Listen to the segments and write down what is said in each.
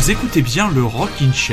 Vous écoutez bien le Rockin' Chair.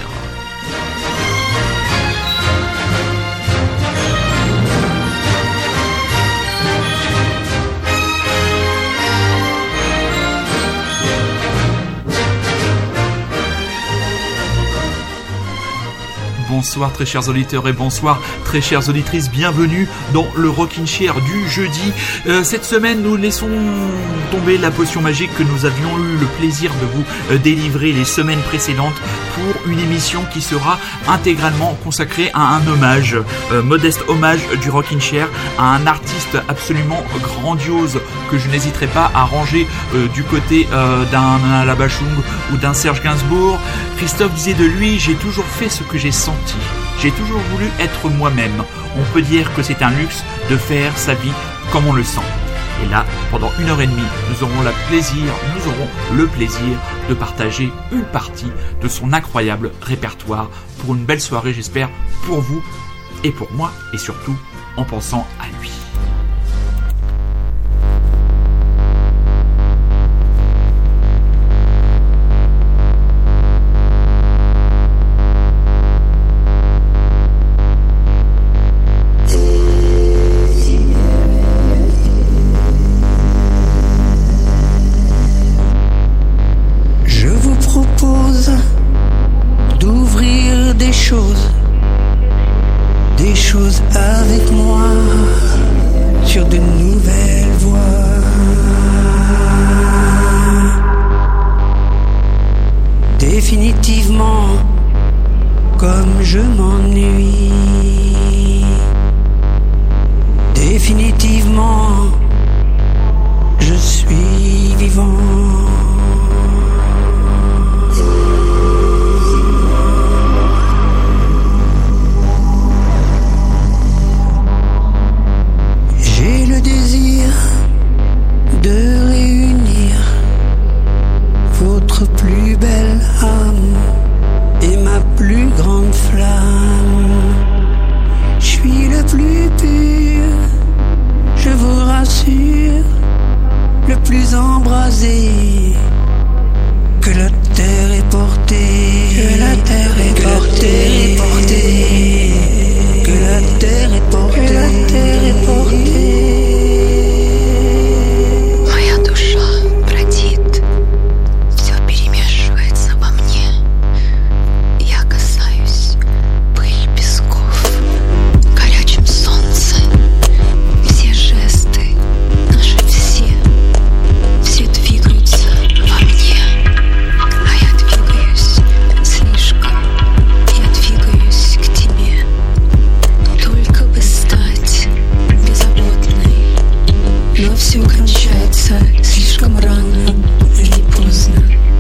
Bonsoir très chers auditeurs et bonsoir très chères auditrices, bienvenue dans le Rockin' Chair du jeudi. Cette semaine nous laissons tomber la potion magique que nous avions eu le plaisir de vous délivrer les semaines précédentes pour une émission qui sera intégralement consacrée à un hommage, modeste hommage du Rockin' Chair à un artiste absolument grandiose que je n'hésiterai pas à ranger du côté d'un Labachung ou d'un Serge Gainsbourg. Christophe disait de lui: j'ai toujours fait ce que j'ai senti. J'ai toujours voulu être moi-même. On peut dire que c'est un luxe de faire sa vie comme on le sent. Et là, pendant 1h30, nous aurons le plaisir de partager une partie de son incroyable répertoire pour une belle soirée, j'espère, pour vous et pour moi, et surtout en pensant à lui. Des choses avec moi sur de nouvelles voies. Définitivement, comme je m'ennuie. Définitivement, je suis vivant. J'ai le désir de réunir votre plus belle âme et ma plus grande flamme. Je suis le plus pur, je vous rassure, le plus embrasé que la terre est portée, que la terre est portée, que la terre est portée, que la terre est portée. Моя душа бродит, все перемешивается во мне. Я касаюсь пыль песков, горячем солнце. Все жесты наши все двигаются во мне. А я двигаюсь слишком, я двигаюсь к тебе. Только бы стать беззаботной, но все кончается слишком рано или поздно.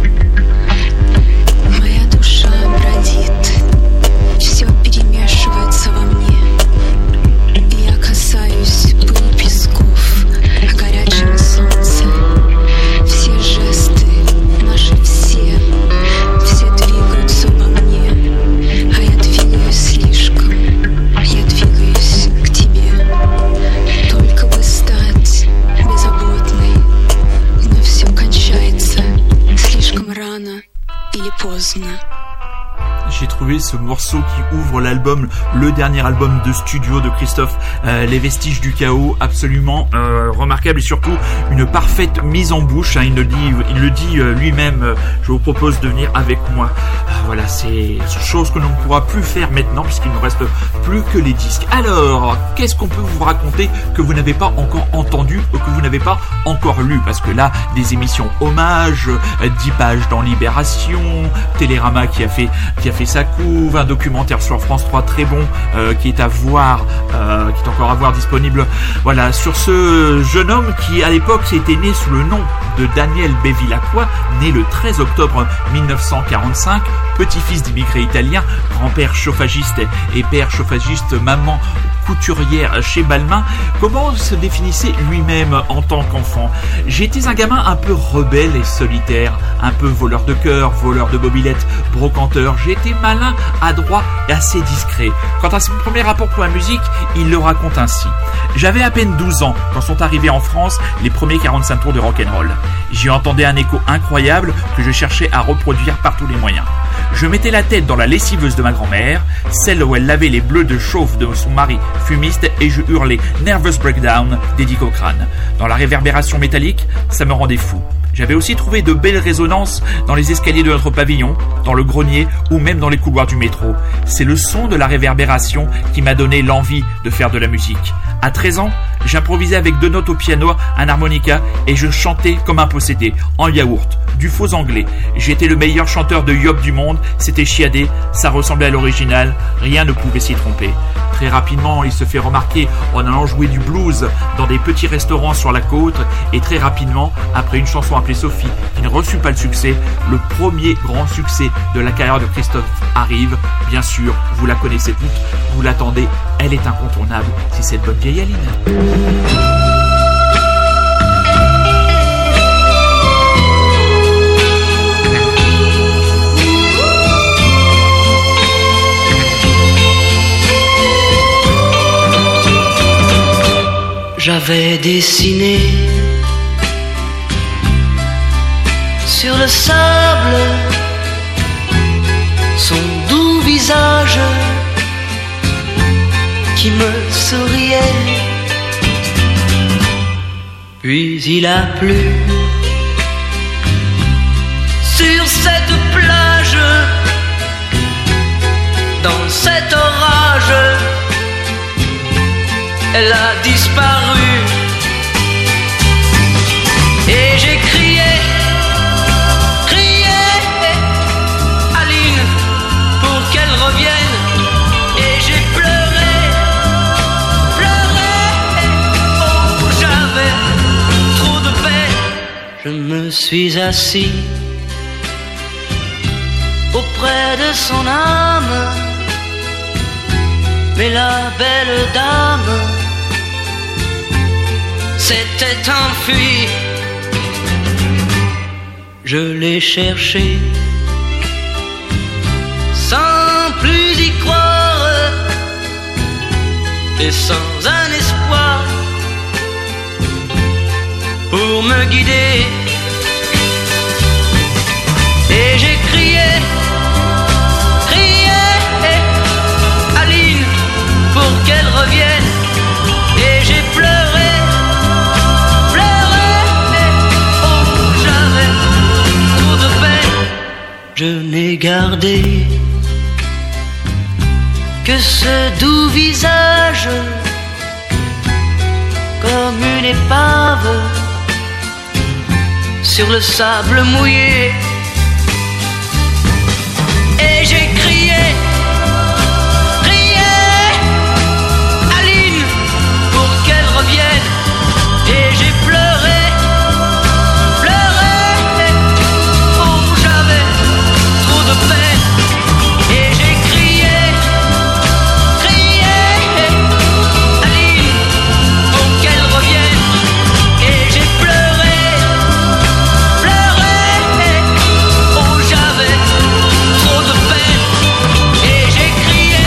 Моя душа бродит, все перемешивается во мне. Я касаюсь пыль песков, о горячем солнце. Все жесты наши все двигаются во мне. А я двигаюсь слишком, я двигаюсь к тебе. Только бы стать беззаботной, но все кончается слишком рано или поздно. J'ai trouvé ce morceau qui ouvre l'album, le dernier album de studio de Christophe, Les Vestiges du Chaos, absolument remarquable et surtout une parfaite mise en bouche. Il le dit lui-même. Je vous propose de venir avec moi. Voilà, c'est chose que l'on ne pourra plus faire maintenant puisqu'il ne reste plus que les disques. Alors, qu'est-ce qu'on peut vous raconter que vous n'avez pas encore entendu ou que vous n'avez pas encore lu? Parce que là, des émissions hommages, 10 pages dans Libération, Télérama qui a fait sa couve, un documentaire sur France 3 très bon qui est à voir, qui est encore à voir disponible. Voilà, sur ce jeune homme qui à l'époque était né sous le nom de Daniel Bevilacqua, né le 13 octobre 1945, petit-fils d'immigrés italiens, grand-père chauffagiste et père chauffagiste, maman couturière chez Balmain, comment se définissait lui-même en tant qu'enfant? J'étais un gamin un peu rebelle et solitaire, un peu voleur de cœur, voleur de mobylettes, brocanteur. J'étais malin, adroit et assez discret. Quant à son premier rapport pour la musique, il le raconte ainsi. J'avais à peine 12 ans quand sont arrivés en France les premiers 45 tours de rock'n'roll. J'y entendais un écho incroyable que je cherchais à reproduire par tous les moyens. Je mettais la tête dans la lessiveuse de ma grand-mère, celle où elle lavait les bleus de chauffe de son mari fumiste, et je hurlais « Nervous Breakdown » d'Eddie Cochrane. Dans la réverbération métallique, ça me rendait fou. J'avais aussi trouvé de belles résonances dans les escaliers de notre pavillon, dans le grenier ou même dans les couloirs du métro. C'est le son de la réverbération qui m'a donné l'envie de faire de la musique. À 13 ans, j'improvisais avec 2 notes au piano, un harmonica et je chantais comme un possédé, en yaourt, du faux anglais. J'étais le meilleur chanteur de yop du monde, c'était chiadé, ça ressemblait à l'original, rien ne pouvait s'y tromper. Très rapidement, il se fait remarquer en allant jouer du blues dans des petits restaurants sur la côte et très rapidement, après une chanson appelée Sophie qui ne reçut pas le succès, le premier grand succès de la carrière de Christophe arrive. Bien sûr, vous la connaissez toutes, vous l'attendez, elle est incontournable, c'est cette bonne vieille Aline. J'avais dessiné sur le sable son doux visage qui me souriait. Puis il a plu sur cette plage, dans cet orage, elle a disparu. Et j'ai crié, Aline, pour qu'elle revienne. Et j'ai pleuré, oh j'avais trop de peine. Je me suis assis auprès de son âme, mais la belle dame s'était enfuie. Je l'ai cherché sans plus y croire et sans un espoir pour me guider. Et j'ai crié, Aline, pour qu'elle revienne. Et j'ai pleuré, oh j'avais trop de peine. Je n'ai gardé que ce doux visage comme une épave sur le sable mouillé. Et j'ai crié, revienne. Et j'ai pleuré, oh j'avais trop de peine. Et j'ai crié, Aline, pour qu'elle revienne. Et j'ai pleuré, oh j'avais trop de peine. Et j'ai crié.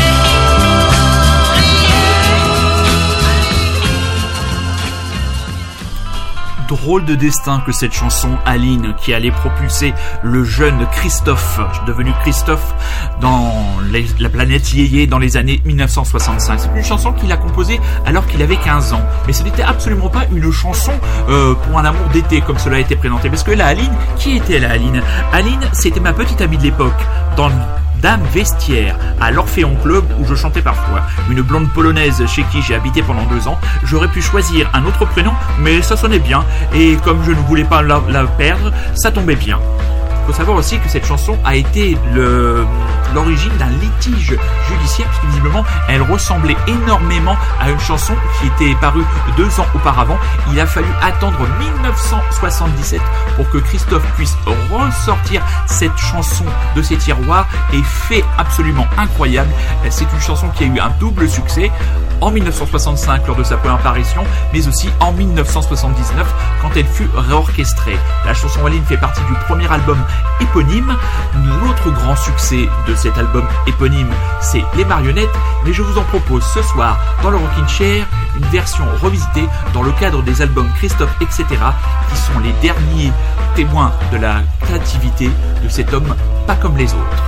Drôle de destin que cette chanson Aline, qui allait propulser le jeune Christophe, devenu Christophe, dans la planète Yéyé dans les années 1965. C'est une chanson qu'il a composée alors qu'il avait 15 ans. Mais ce n'était absolument pas une chanson pour un amour d'été comme cela a été présenté. Parce que la Aline, qui était la Aline? Aline, c'était ma petite amie de l'époque. Dans Dame Vestiaire, à l'Orphéon Club où je chantais parfois. Une blonde polonaise chez qui j'ai habité pendant 2 ans. J'aurais pu choisir un autre prénom, mais ça sonnait bien. Et comme je ne voulais pas la perdre, ça tombait bien. Il faut savoir aussi que cette chanson a été l'origine d'un litige judiciaire, puisque visiblement elle ressemblait énormément à une chanson qui était parue 2 ans auparavant. Il a fallu attendre 1977 pour que Christophe puisse ressortir cette chanson de ses tiroirs, et fait absolument incroyable. C'est une chanson qui a eu un double succès en 1965 lors de sa première apparition, mais aussi en 1979 quand elle fut réorchestrée. La chanson Aline fait partie du premier album éponyme. L'autre grand succès de cet album éponyme, c'est Les Marionnettes, mais je vous en propose ce soir dans le Rockin' Chair une version revisitée dans le cadre des albums Christophe, etc., qui sont les derniers témoins de la créativité de cet homme pas comme les autres.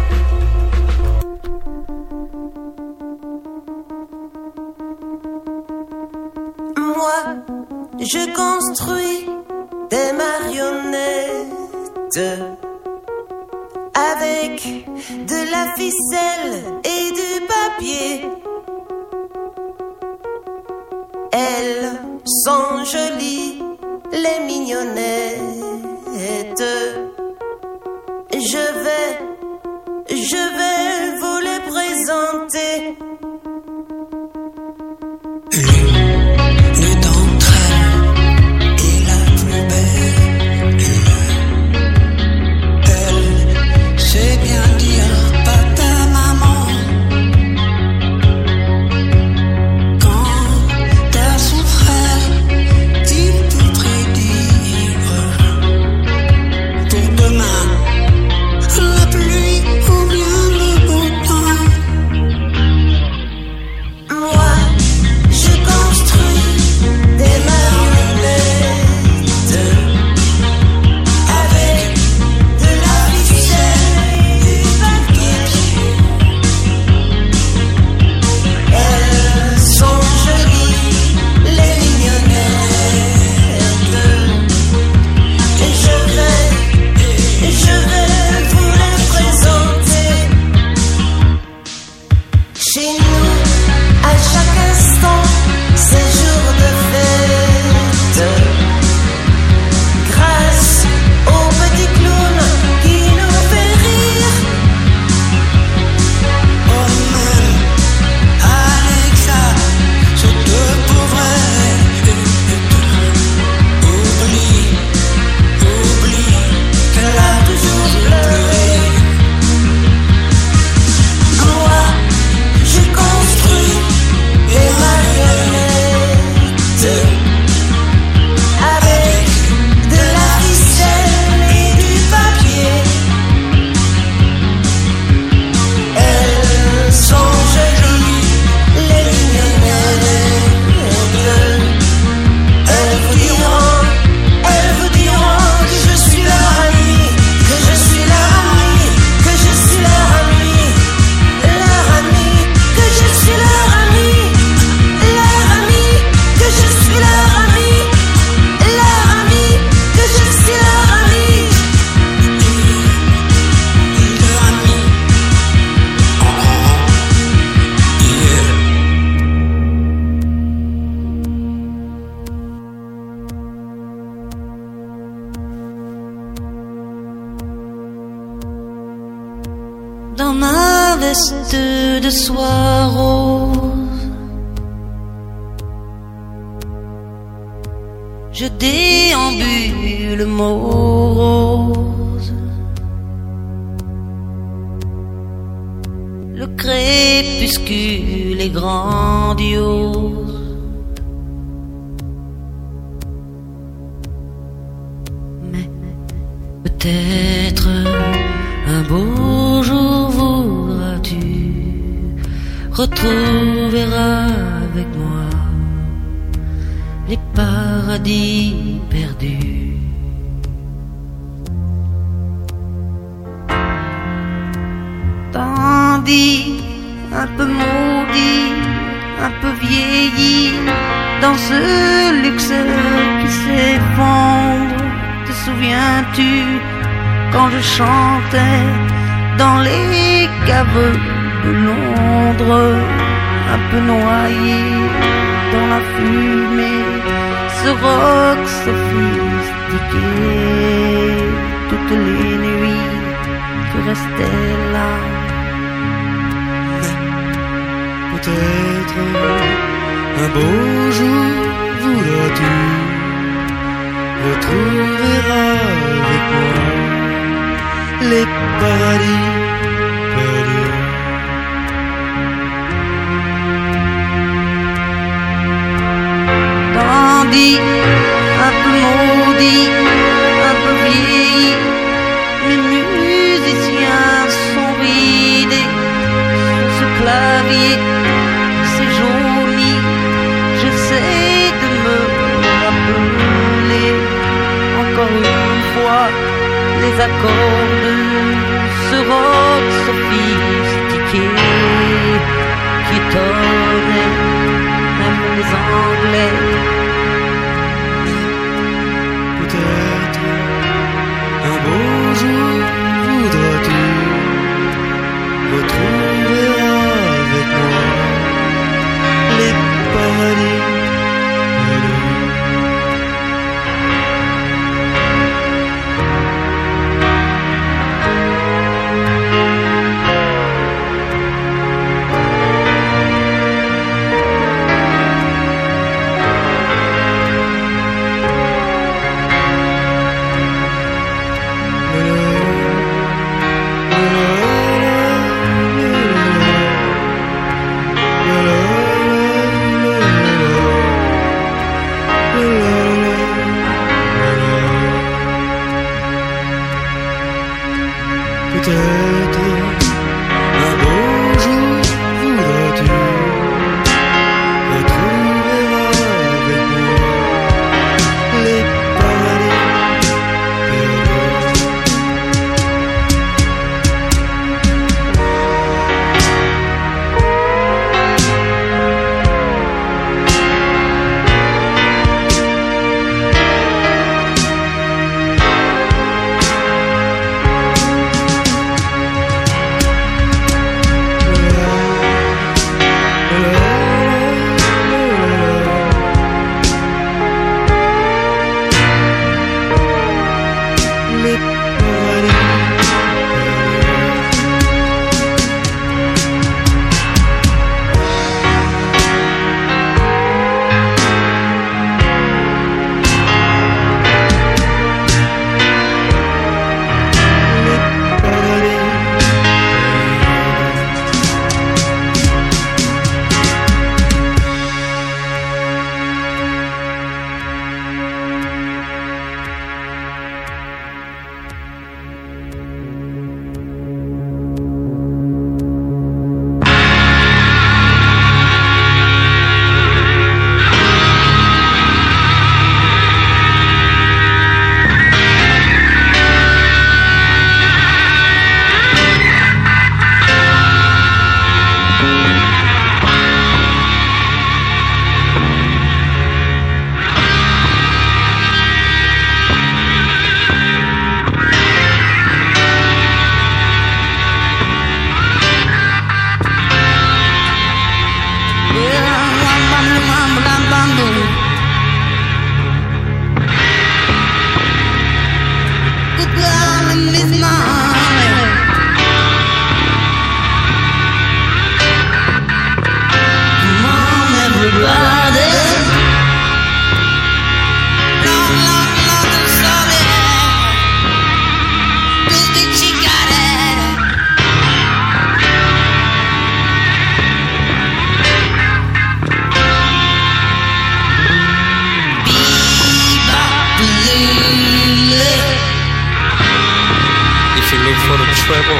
Moi, je construis des marionnettes avec de la ficelle et du papier. Elles sont jolies, les mignonnettes. Je vais vous les présenter. L'une d'entre elles est la plus belle. Elle sait bien dire papa, maman. Quant à son frère, il peut prédire pour demain la pluie ou bien le beau temps. Moi, je construis des marionnettes avec de la ficelle et du papier. Elles sont jolies, les mignonnettes. Et je vais vous les présenter. Chez nous, à chaque instant, c'est jour de fête. Grâce au petit clown qui nous fait rire. Oh même, Alexa, je te pourrais. Oublie qu'elle a toujours pleuré. Moi, je construis des marionnettes avec de la ficelle et du papier. Elles sont jolies, les mignonnettes. Elles vous diront que je suis leur ami, que je suis leur ami, que je suis leur ami, leur ami, que je suis leur ami, leur ami, que je suis leur ami, leur ami, que je suis leur ami. Dans ma veste de soie rose, je déambule morose. Le crépuscule est grandiose. Mais peut-être un beau jour voudras-tu retrouver avec moi les paradis perdus. Tandis un peu maudit, un peu vieilli, dans ce luxe qui s'effondre, te souviens-tu quand je chantais dans les caves de Londres, un peu noyé dans la fumée, ce rock sophistiqué, toutes les nuits tu restais là Peut-être un beau jour voudras-tu retrouver avec moi les paradis perdus. Tandis, un peu maudit, un peu vieilli, mes musiciens sont vidés sur ce clavier, c'est jauni. J'essaie de me rappeler encore une fois les accords de ce rock sophistiqué qui étonnait même les Anglais. Peut-être un beau jour voudras-tu retrouver avec moi les paradis perdus. Peut-être un beau jour voudras-tu retrouver avec moi les paradis perdus. Les paradis for the treble.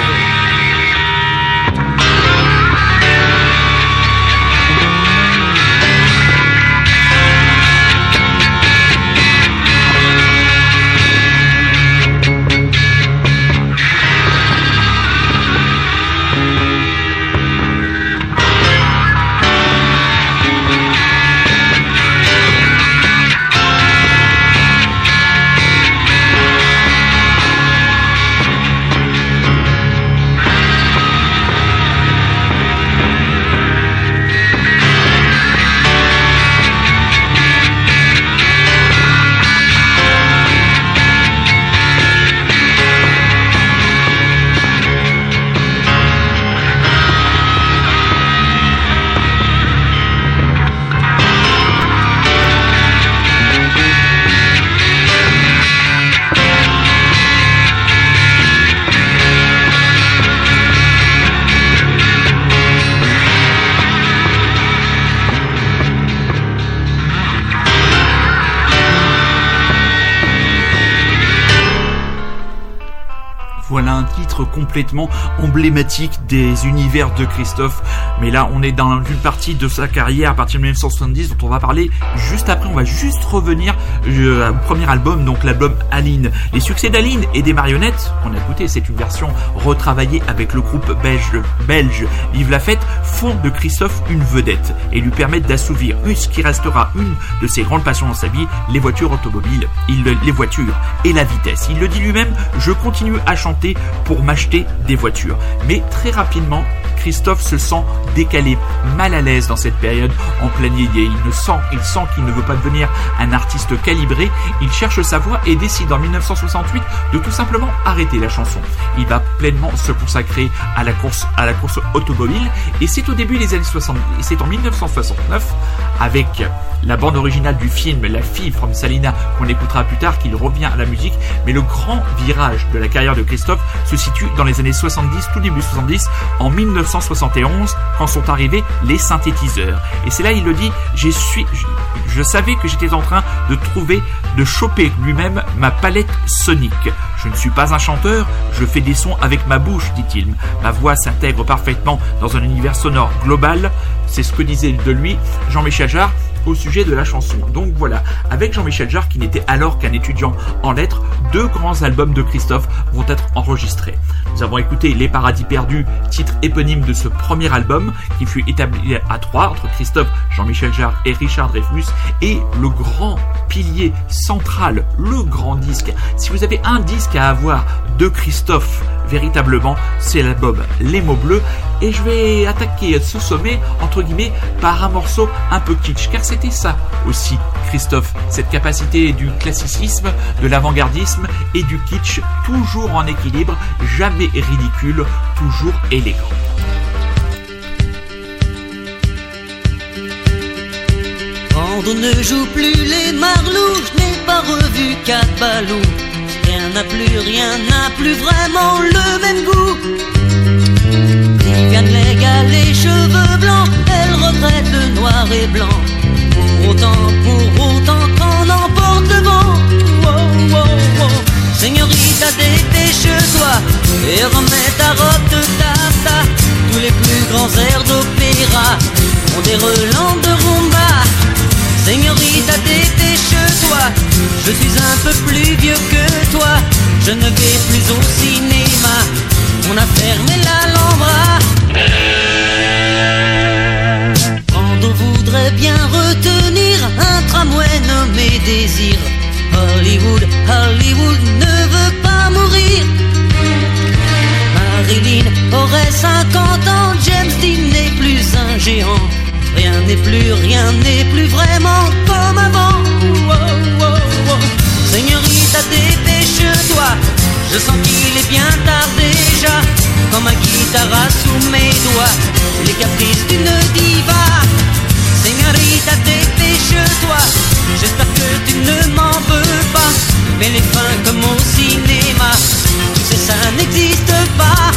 Voilà un titre complètement emblématique des univers de Christophe. Mais là, on est dans une partie de sa carrière à partir de 1970 dont on va parler juste après. On va juste revenir au premier album, donc l'album Aline. Les succès d'Aline et des marionnettes qu'on a écouté, c'est une version retravaillée avec le groupe belge Vive la Fête, font de Christophe une vedette et lui permettent d'assouvir ce qui restera une de ses grandes passions dans sa vie, les voitures automobiles, les voitures et la vitesse. Il le dit lui-même, je continue à chanter pour m'acheter des voitures. Mais très rapidement, Christophe se sent décalé, mal à l'aise dans cette période en plein yéyé. Il sent qu'il ne veut pas devenir un artiste calibré. Il cherche sa voie et décide en 1968 de tout simplement arrêter la chanson. Il va pleinement se consacrer à la course automobile et c'est au début des années 60. Et c'est en 1969 avec la bande originale du film La fille from Salina qu'on écoutera plus tard qu'il revient à la musique. Mais le grand virage de la carrière de Christophe se situe dans les années 70, tout début 70, en 1971 quand sont arrivés les synthétiseurs. Et c'est là il le dit, je savais que j'étais en train de choper lui-même ma palette sonique. Je ne suis pas un chanteur, je fais des sons avec ma bouche, dit-il. Ma voix s'intègre parfaitement dans un univers sonore global. C'est ce que disait de lui Jean-Michel Jarre au sujet de la chanson. Donc voilà, avec Jean-Michel Jarre, qui n'était alors qu'un étudiant en lettres, 2 grands albums de Christophe vont être enregistrés. Nous avons écouté Les Paradis Perdus, titre éponyme de ce premier album, qui fut établi à 3 entre Christophe, Jean-Michel Jarre et Richard Dreyfuss, et le grand pilier central, le grand disque. Si vous avez un disque à avoir de Christophe, véritablement, c'est l'album Les Mots Bleus. Et je vais attaquer ce sommet, entre guillemets, par un morceau un peu kitsch, car c'était ça aussi, Christophe, cette capacité du classicisme, de l'avant-gardisme et du kitsch, toujours en équilibre, jamais ridicule, toujours élégant. Quand on ne joue plus les marlous, je n'ai pas revu Capalou. Rien n'a plus vraiment le même goût. Viviane Légal, les cheveux blancs, elle regrette le noir et blanc. Pour autant qu'on emporte le vent. Oh, oh, oh. Señorita, dépêche-toi et remets ta robe de taffetas. Tous les plus grands airs d'opéra ont des relents de rumba. Señorita, dépêche-toi, je suis un peu plus vieux que toi. Je ne vais plus au cinéma, on a fermé l'Alhambra. Quand on voudrait bien retenir un tramway nommé Désir, Hollywood ne veut pas mourir. Marilyn aurait 50 ans, James Dean n'est plus un géant. Rien n'est plus vraiment comme avant. Oh, oh, oh. Señorita, dépêche-toi, je sens qu'il est bien tard déjà. Comme un guitare sous mes doigts, les caprices d'une diva. Señorita, dépêche-toi, j'espère que tu ne m'en veux pas. Mais les fins comme au cinéma, tu sais ça n'existe pas.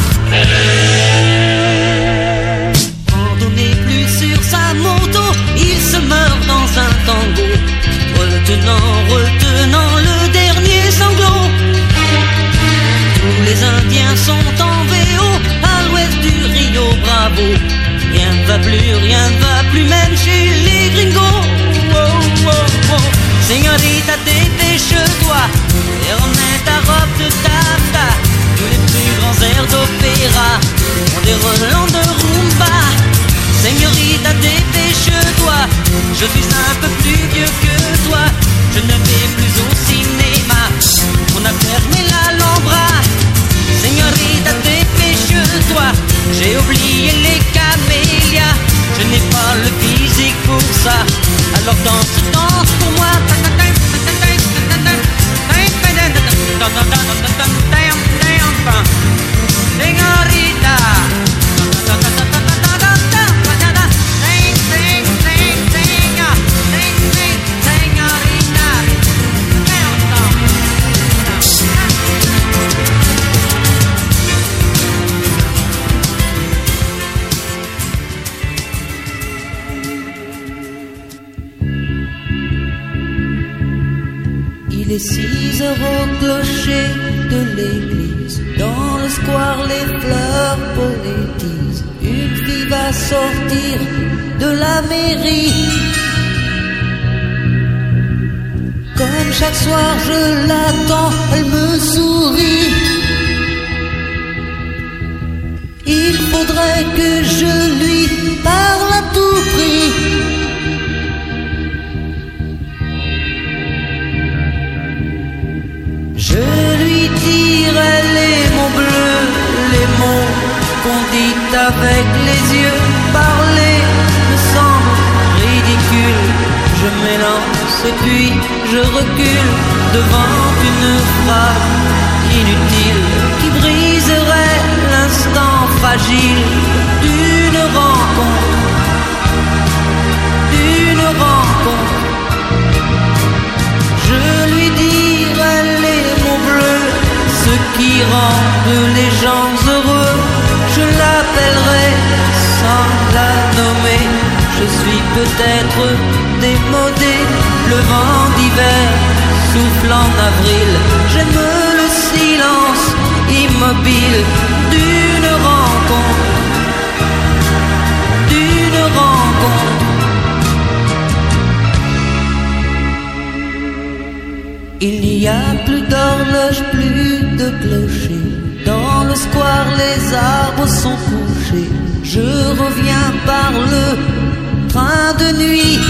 Quand on n'est plus sur sa moto, il se meurt dans un tango, retenant le dernier sanglot. Tous les Indiens sont en VO à l'ouest du Rio Bravo. Rien ne va plus même chez les gringos. Oh, oh, oh. Señorita, dépêche-toi et remets ta robe de taffetas. Tous les plus grands airs d'opéra ont des relents de rumba. Señorita, dépêche-toi, je suis un peu plus vieux que toi. Je ne vais plus au cinéma, on a fermé l'Alhambra. Señorita, dépêche-toi, j'ai oublié les camélias. Je n'ai pas le physique pour ça, alors danse pour moi. Señorita, il est 6 heures au clocher, de l'église. Dans le square, les fleurs poétisent. Une fille va sortir de la mairie. Comme chaque soir je l'attends, elle me sourit. Il faudrait que je lui parle à tout prix. Je lui dirai les mots bleus, les mots qu'on dit avec les yeux. Parler me semble ridicule. Je m'élance et puis je recule devant une phrase inutile qui briserait l'instant fragile d'une rencontre, d'une rencontre. Je lui dirai les mots bleus, ce qui rendent les gens heureux. Je l'appellerai sans la nommer. Je suis peut-être démodé, le vent d'hiver souffle en avril. J'aime le silence immobile d'une rencontre, d'une rencontre. Il n'y a plus d'horloge, plus de clocher. Dans le square, les arbres sont couchés. Je reviens par le train de nuit.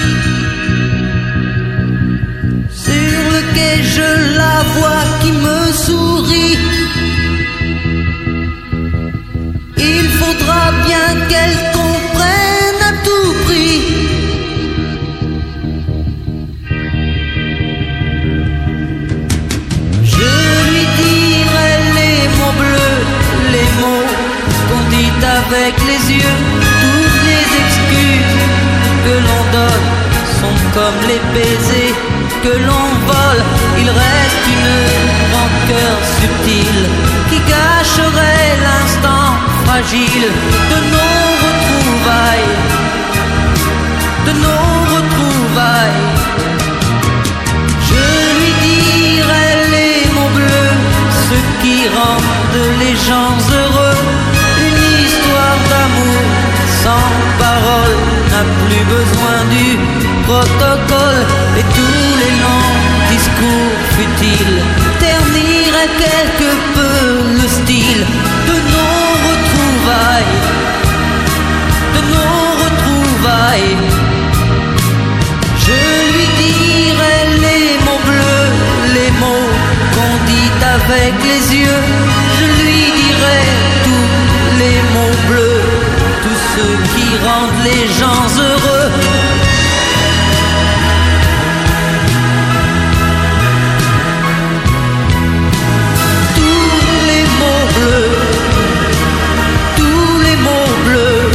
Sur le quai, je la vois qui me sourit. Il faudra bien qu'elle comprenne à tout prix. Je lui dirai les mots bleus, les mots qu'on dit avec les yeux. Toutes les excuses que l'on donne sont comme les baisers que l'on vole. Il reste une rancœur subtile qui gâcherait l'instant fragile de nos retrouvailles, de nos retrouvailles. Je lui dirai les mots bleus, ce qui rendent les gens heureux. Une histoire d'amour sans parole n'a plus besoin du protocole. Et tous les longs discours futiles terniraient quelque peu le style de nos retrouvailles, de nos retrouvailles. Je lui dirai les mots bleus, les mots qu'on dit avec les yeux. Je lui dirai tous les mots bleus, tous ceux qui rendent les gens heureux. Tous les mots bleus, tous les mots bleus.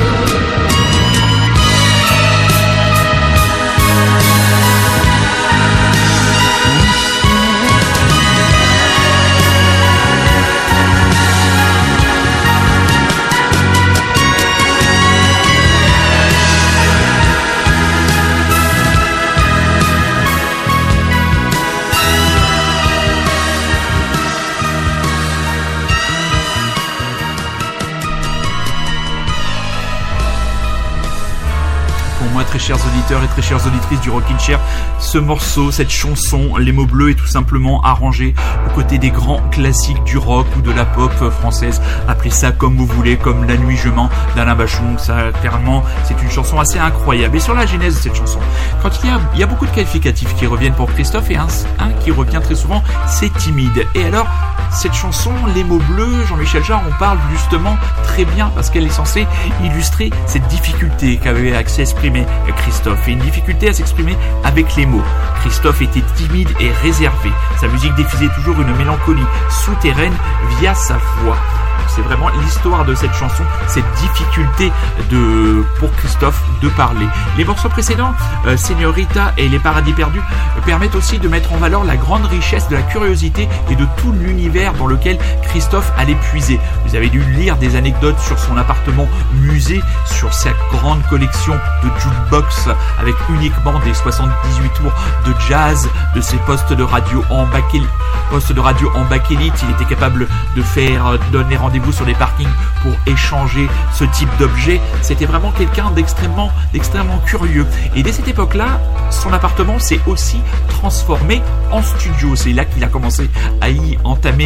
Très chers auditeurs et très chères auditrices du Rockin' Chair, ce morceau, cette chanson, Les mots bleus, est tout simplement arrangé aux côtés des grands classiques du rock ou de la pop française. Appelez ça comme vous voulez, comme La Nuit je mens d'Alain Bachung. Ça, clairement, c'est une chanson assez incroyable. Et sur la genèse de cette chanson, quand il y a beaucoup de qualificatifs qui reviennent pour Christophe, et un qui revient très souvent, c'est timide. Et alors, cette chanson, Les mots bleus, Jean-Michel Jarre, on parle justement très bien parce qu'elle est censée illustrer cette difficulté qu'avait à s'exprimer Christophe, et une difficulté à s'exprimer avec les mots. Christophe était timide et réservé. Sa musique diffusait toujours une mélancolie souterraine via sa voix. C'est vraiment l'histoire de cette chanson, cette difficulté pour Christophe de parler. Les morceaux précédents, Señorita et Les Paradis Perdus, permettent aussi de mettre en valeur la grande richesse de la curiosité et de tout l'univers dans lequel Christophe allait puiser. Vous avez dû lire des anecdotes sur son appartement musée, sur sa grande collection de jukebox avec uniquement des 78 tours de jazz, de ses postes de radio en bakélite. Il était capable de donner rendez-vous sur les parkings pour échanger ce type d'objet. C'était vraiment quelqu'un d'extrêmement curieux. Et dès cette époque-là, son appartement s'est aussi transformé en studio. C'est là qu'il a commencé à y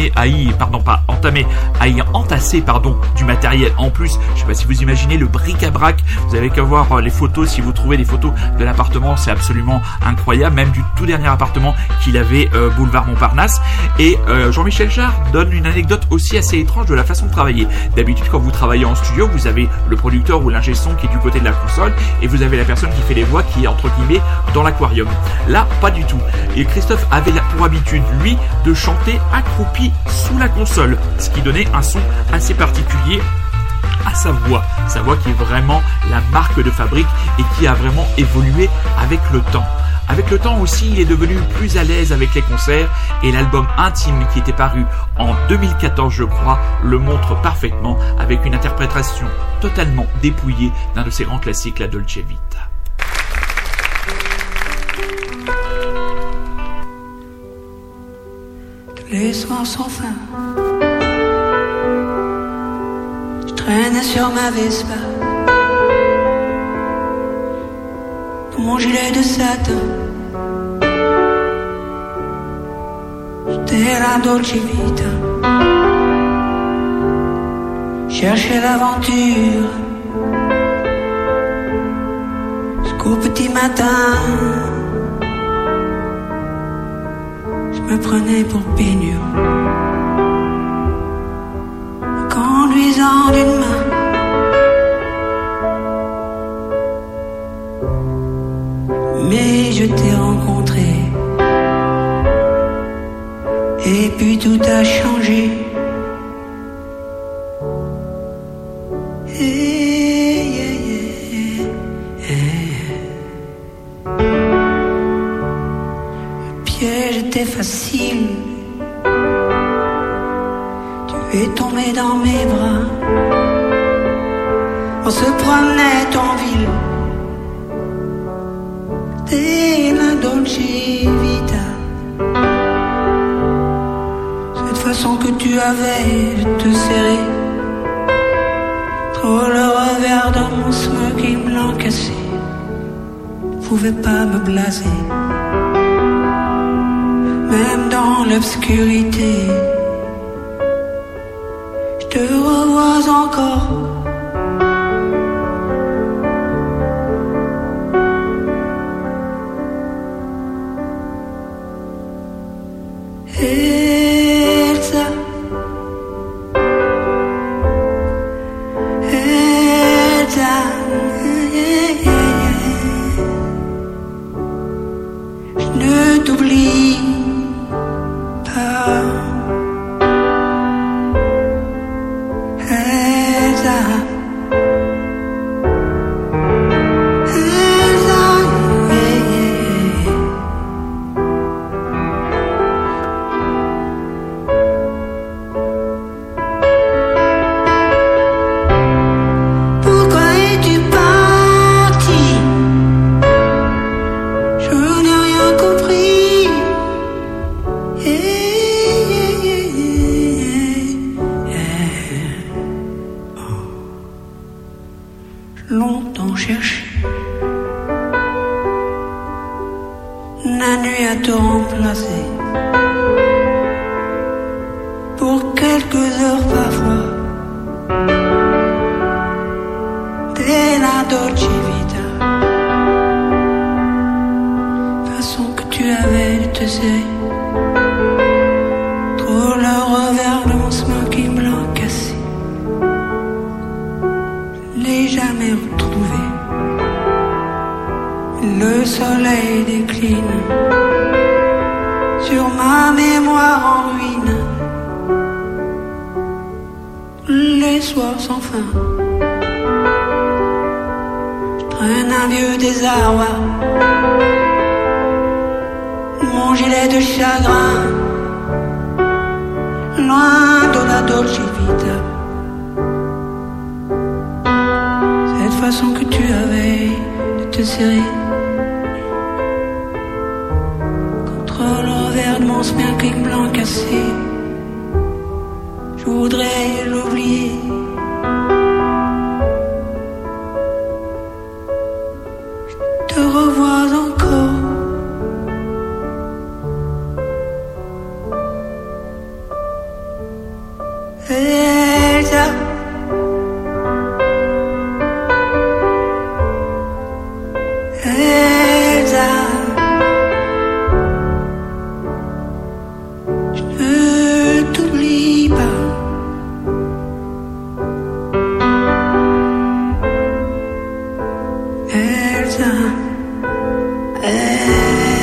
entasser du matériel. En plus, je ne sais pas si vous imaginez le bric-à-brac. Vous avez qu'à voir les photos. Si vous trouvez des photos de l'appartement, c'est absolument incroyable. Même du tout dernier appartement qu'il avait boulevard Montparnasse. Et Jean-Michel Jarre donne une anecdote aussi assez étrange de la façon de travailler. D'habitude, quand vous travaillez en studio, vous avez le producteur ou l'ingé son qui est du côté de la console et vous avez la personne qui fait les voix qui est entre guillemets dans l'aquarium. Là, pas du tout. Et Christophe avait pour habitude, lui, de chanter accroupi sous la console, ce qui donnait un son assez particulier à sa voix qui est vraiment la marque de fabrique et qui a vraiment évolué avec le temps. Avec le temps aussi, il est devenu plus à l'aise avec les concerts et l'album Intime qui était paru en 2014, je crois, le montre parfaitement avec une interprétation totalement dépouillée d'un de ses grands classiques, la Dolce Vita. Les soirs sans fin, je traînais sur ma Vespa, pour mon gilet de satin. J'étais la Dolce Vita, cherchais l'aventure jusqu'au petit matin. Me prenais pour peignure, conduisant d'une main. Mais je t'ai rencontré, et puis tout a changé. Facile, tu es tombé dans mes bras, on se promenait en ville, t'es la Dolce Vita, cette façon que tu avais de te serrer, trop le revers de mon smoking blanc cassé, ne pouvais pas me blaser. Même dans l'obscurité, je te revois encore. Elsa, Elsa, je ne t'oublie. Longtemps cherché, la nuit à te remplacer, pour quelques heures parfois, t'es la Dolce Vita, façon que tu avais de te serrer, trop le revers de mon smoking blanc cassé. Jamais retrouvé. Le soleil décline sur ma mémoire en ruine. les soirs sans fin. Je prenne un vieux désarroi, mon gilet de chagrin, loin de la dolce vita. Cette façon que tu avais de te serrer contre le revers de mon smirking blanc cassé. Je voudrais l'oublier. Je te revois encore. Elsa, Elsa, je ne t'oublie pas. Elsa, Elsa.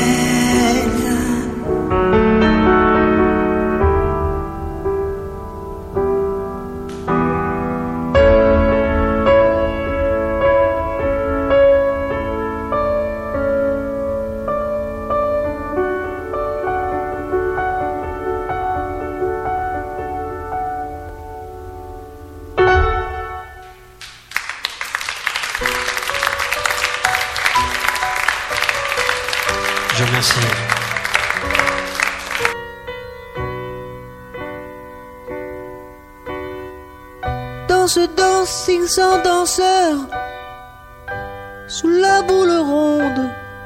Je vous remercie. Dans ce dancing sans danseur, sous la boule ronde,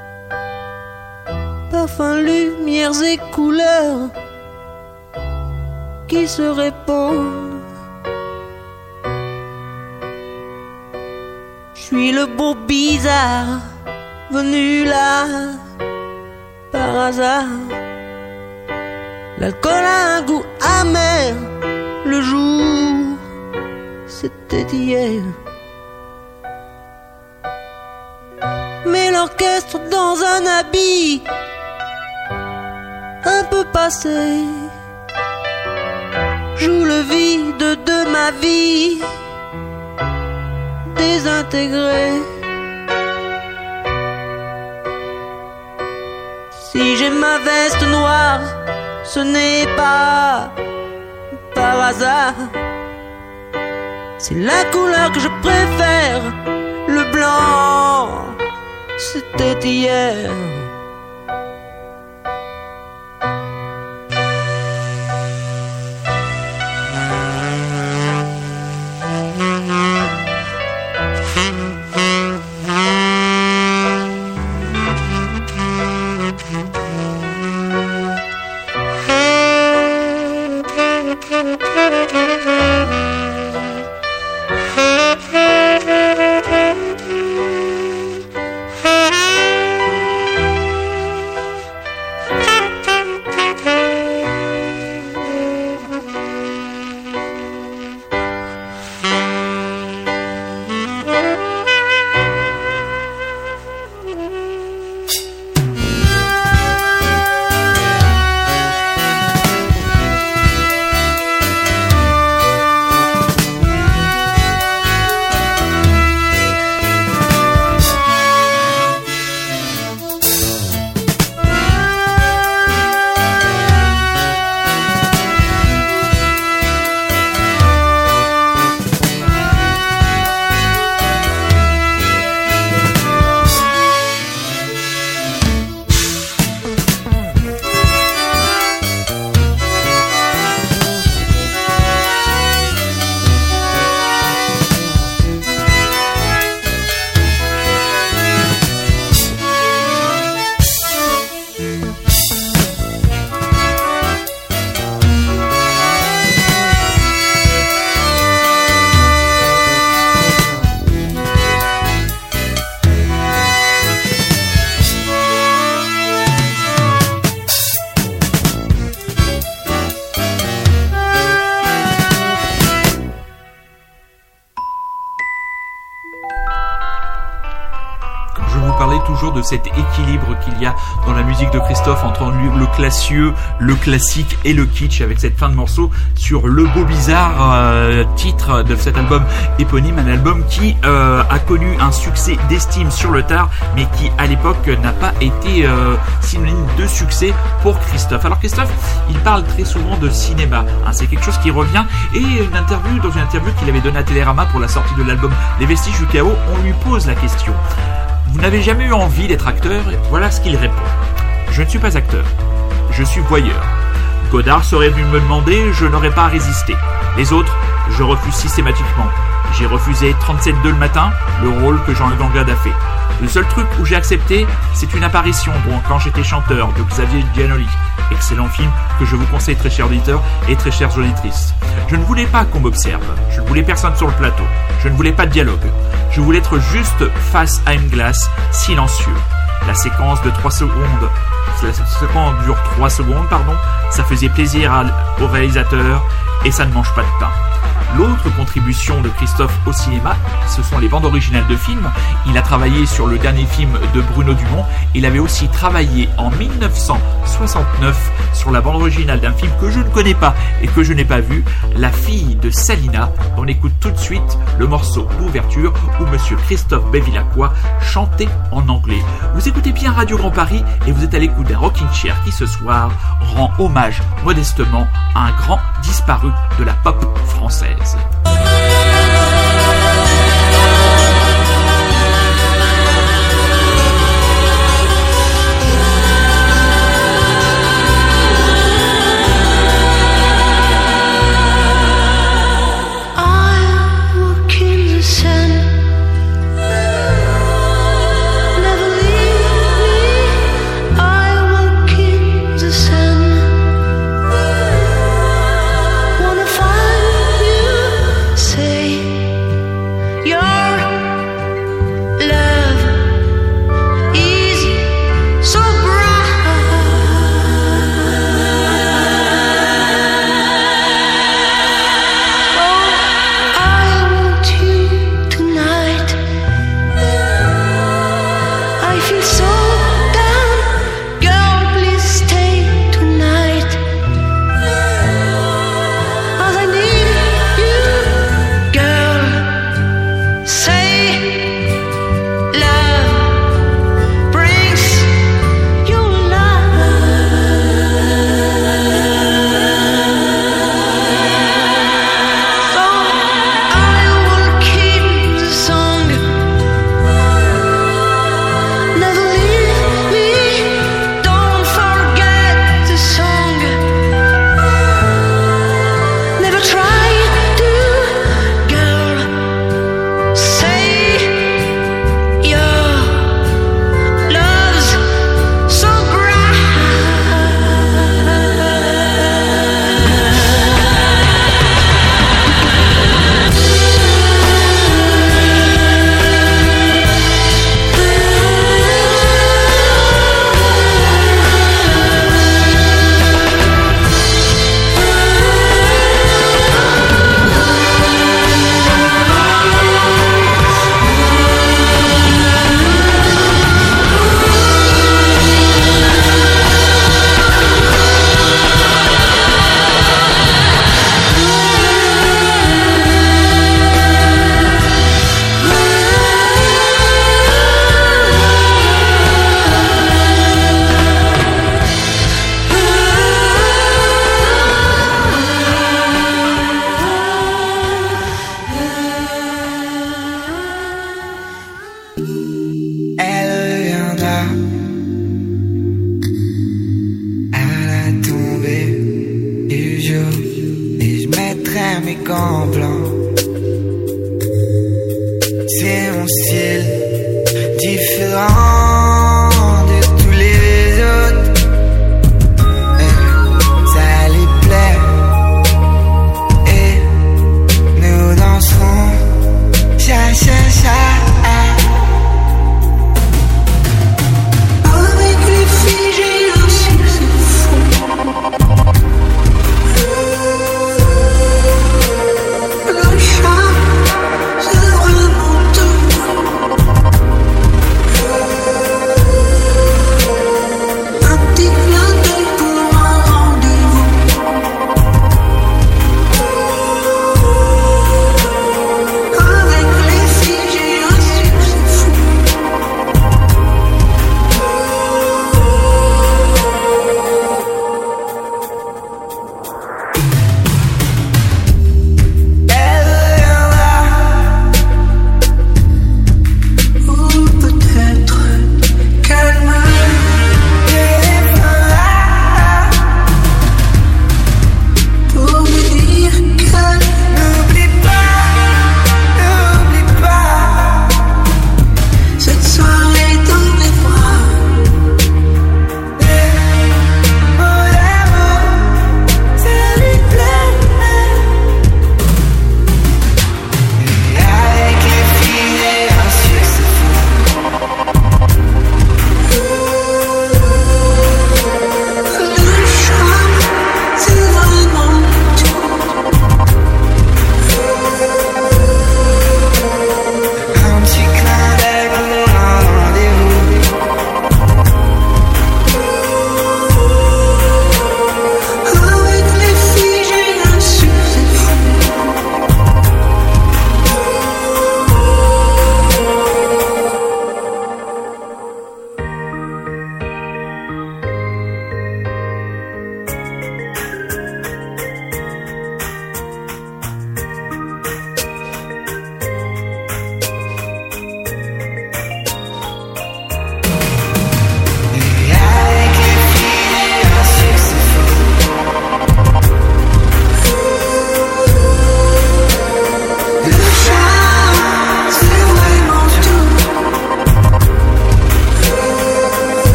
parfums, lumières et couleurs qui se répondent. Je suis le beau bizarre venu là par hasard. L'alcool a un goût amer, le jour c'était hier. Mais l'orchestre dans un habit un peu passé joue le vide de ma vie désintégrée. Si j'ai ma veste noire, ce n'est pas par hasard. C'est la couleur que je préfère, le blanc, c'était hier. cet équilibre qu'il y a dans la musique de Christophe entre le classieux, le classique et le kitsch, avec cette fin de morceau sur Le Beau Bizarre, titre de cet album éponyme, un album qui a connu un succès d'estime sur le tard, mais qui à l'époque n'a pas été synonyme de succès pour Christophe. Alors Christophe, il parle très souvent de cinéma, hein, c'est quelque chose qui revient, et dans une interview qu'il avait donnée à Télérama pour la sortie de l'album Les Vestiges du Chaos, on lui pose la question: vous n'avez jamais eu envie d'être acteur? Voilà ce qu'il répond: je ne suis pas acteur, je suis voyeur. Godard serait venu me demander, je n'aurais pas résisté. Les autres, je refuse systématiquement. J'ai refusé 37.2 le matin, le rôle que Jean-Luc Anglade a fait. Le seul truc où j'ai accepté, c'est une apparition quand j'étais chanteur, de Xavier Giannoli. Excellent film que je vous conseille, très chers auditeurs et très chères auditrices. Je ne voulais pas qu'on m'observe, je ne voulais personne sur le plateau, je ne voulais pas de dialogue. Je voulais être juste face à une glace, silencieux. La séquence de 3 secondes, la séquence dure 3 secondes, ça faisait plaisir au réalisateur et ça ne mange pas de pain. L'autre contribution de Christophe au cinéma, ce sont les bandes originales de films. Il a travaillé sur le dernier film de Bruno Dumont. Il avait aussi travaillé en 1969 sur la bande originale d'un film que je ne connais pas et que je n'ai pas vu, La fille de Salina. On écoute tout de suite le morceau d'ouverture où Monsieur Christophe Bevilacqua chantait en anglais. Vous écoutez bien Radio Grand Paris et vous êtes à l'écoute d'un Rockin' Chair qui ce soir rend hommage modestement à un grand disparu de la pop française.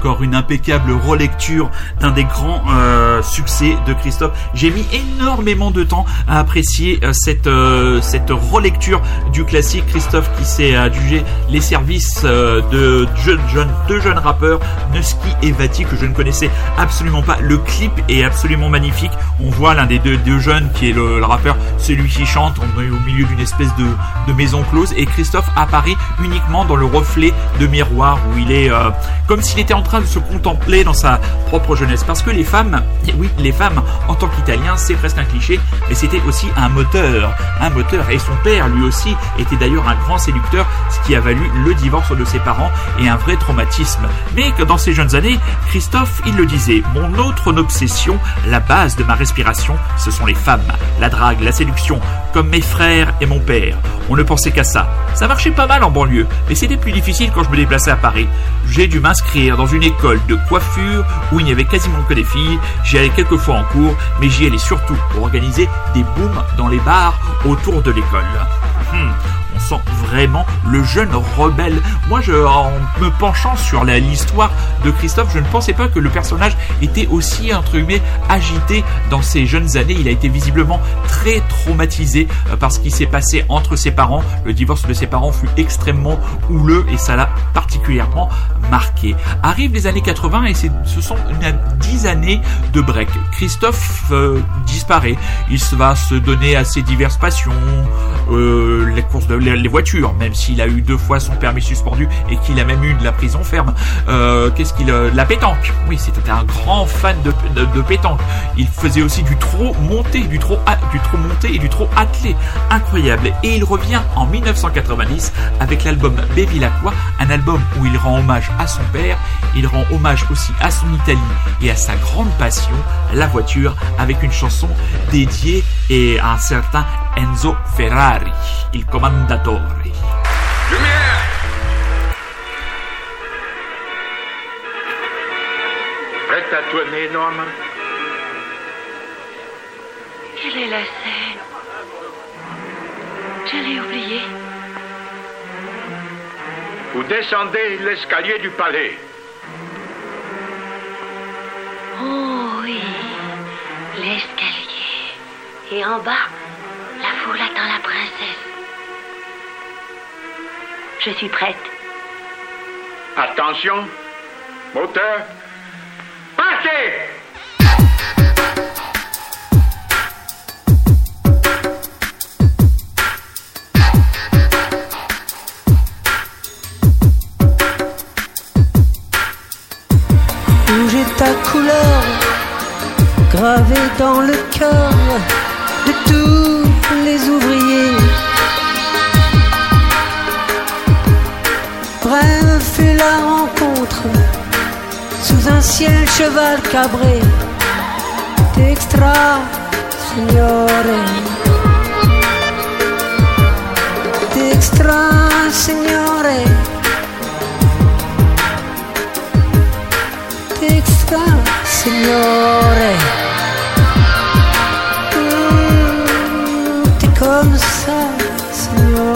encore une impeccable relecture d'un des grands succès de Christophe. J'ai mis énormément de temps à apprécier cette relecture du classique. Christophe qui s'est adjugé les services de deux jeunes rappeurs, Nusky et Vati, que je ne connaissais absolument pas. Le clip est absolument magnifique. On voit l'un des deux jeunes qui est le rappeur, celui qui chante. On est au milieu d'une espèce de maison close et Christophe apparaît uniquement dans le reflet de miroir où il est comme s'il était en train de se contempler dans sa propre jeunesse. Parce que les femmes, oui, les femmes en tant qu'Italiens, c'est presque un cliché, mais c'était aussi un moteur. Et son père, lui aussi, était d'ailleurs un grand séducteur, ce qui a valu le divorce de ses parents et un vrai traumatisme. Mais que dans ses jeunes années, Christophe, il le disait, mon autre obsession, la base de ma respiration, ce sont les femmes, la drague, la séduction, comme mes frères et mon père. On ne pensait qu'à ça. Ça marchait pas mal en banlieue, mais c'était plus difficile quand je me déplaçais à Paris. J'ai dû m'inscrire dans une école de coiffure où il n'y avait quasiment que des filles. J'y allais quelques fois en cours, mais j'y allais surtout pour organiser des booms dans les bars autour de l'école. On sent vraiment le jeune rebelle. Moi, en me penchant sur l'histoire de Christophe, je ne pensais pas que le personnage était aussi, entre guillemets, agité dans ses jeunes années. Il a été visiblement très traumatisé par ce qui s'est passé entre ses parents. Le divorce de ses parents fut extrêmement houleux et ça l'a particulièrement marqué. Arrivent les années 80 et ce sont 10 années de break. Christophe disparaît. Il va se donner à ses diverses passions, les courses les voitures, même s'il a eu 2 fois son permis suspendu et qu'il a même eu de la prison ferme. La pétanque. Oui, c'était un grand fan de pétanque. Il faisait aussi du trot monté, du trot monté et du trot attelé. Incroyable. Et il revient en 1990 avec l'album Bevilacqua, un album où il rend hommage à son père, il rend hommage aussi à son Italie et à sa grande passion, la voiture, avec une chanson dédiée à un certain Enzo Ferrari, il Commendatore. Lumière! Prête à tourner, Norman? Quelle est la scène? Je l'ai oubliée. Vous descendez l'escalier du palais. Oh oui, l'escalier. Et en bas, la foule attend la princesse. Je suis prête. Attention, moteur, partez! Rouge est ta couleur, gravée dans le cœur de tous les ouvriers. Brève fut la rencontre sous un ciel cheval cabré. T'extra, signore. T'extra, signore. T'extra, signore. T'es comme ça, signore.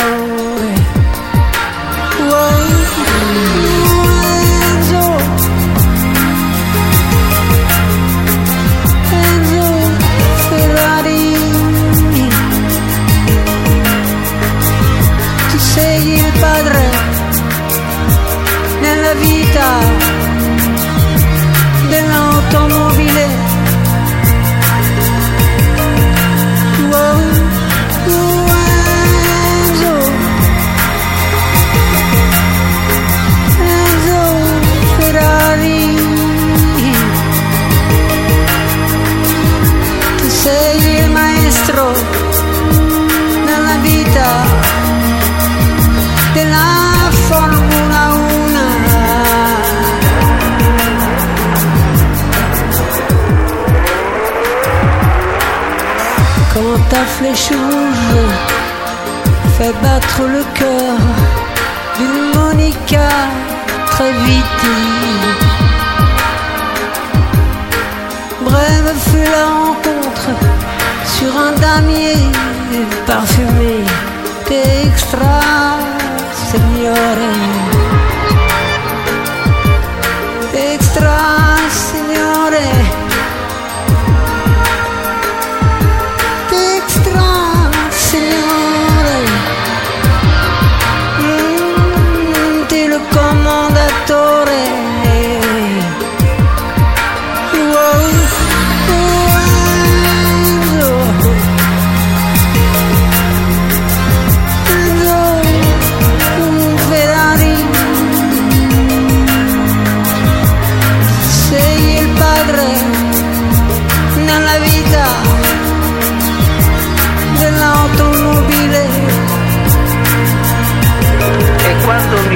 Nella vita dell'automobile. Enzo Ferrari, tu sei il maestro nella vita della Formula 1. Quand ta flèche rouge fait battre le cœur d'une Monica Treviti. Brève fut la rencontre sur un damier parfumé. T'es extra, signore.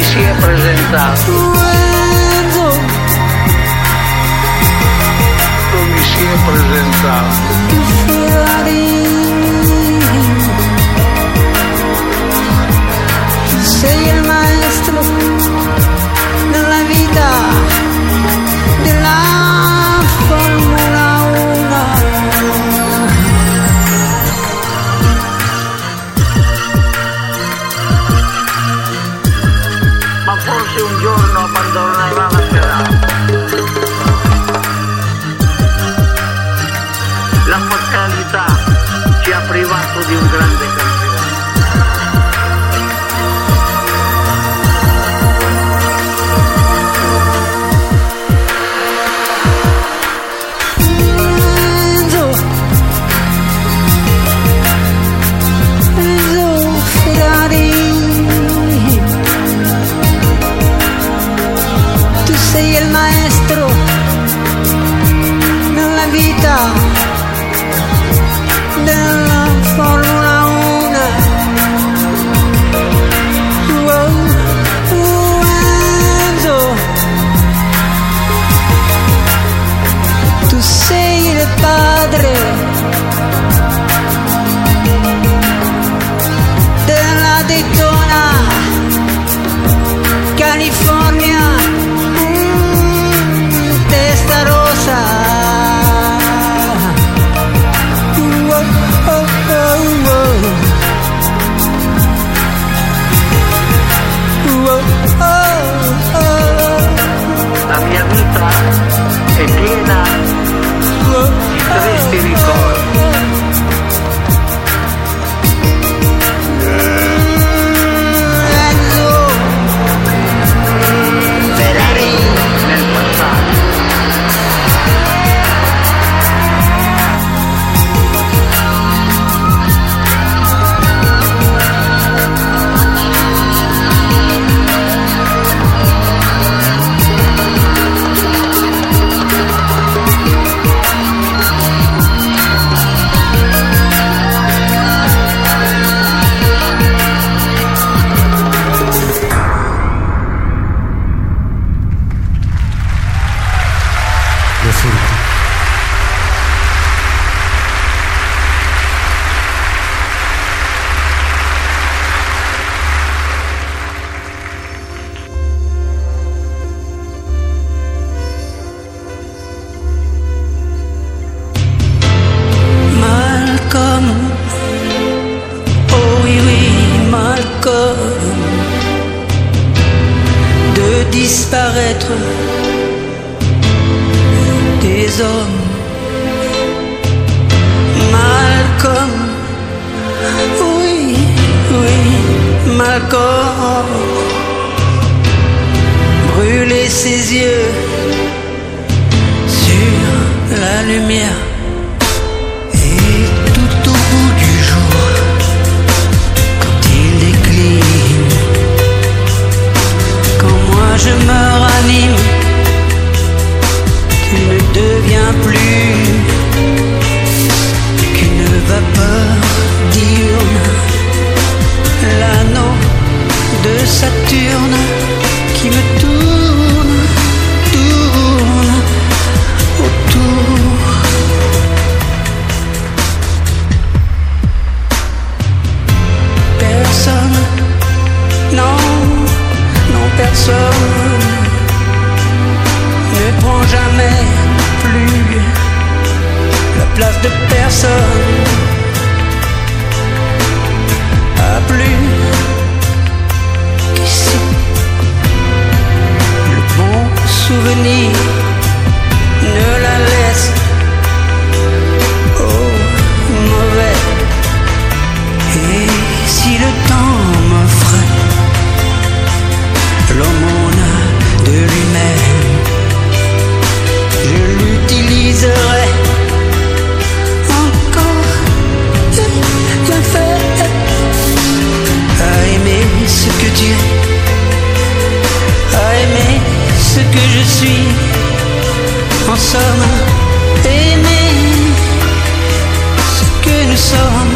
si è presentato. Non mi si è presentato. Sei il maestro nella vita della Formula 1. Ma forse un giorno abbandonerà la serata. La fatalità ci ha privato di un grande campione. Sei il maestro nella vita della Formula 1. Enzo, tu sei il padre della Daytona, California. Testa rosa, La mia vita è piena di tristi ricordi. Ferrari nel passato. De disparaître des hommes. Malcolm, oui, oui, Malcolm, brûler ses yeux sur la lumière. Et tout au bout du jour, quand il décline, quand moi je me ranime, tu ne deviens plus qu'une vapeur diurne, l'anneau de Saturne qui me tourne, tourne autour. Personne, non, non personne ne prend jamais plus la place de personne. Pas plus qu'ici. Le bon souvenir ne la laisse au mauvais. Et si le temps m'offrait l'aumône de lui-même, je l'utiliserais encore bien fait à aimer ce que tu es, à aimer ce que je suis, en somme, aimer ce que nous sommes.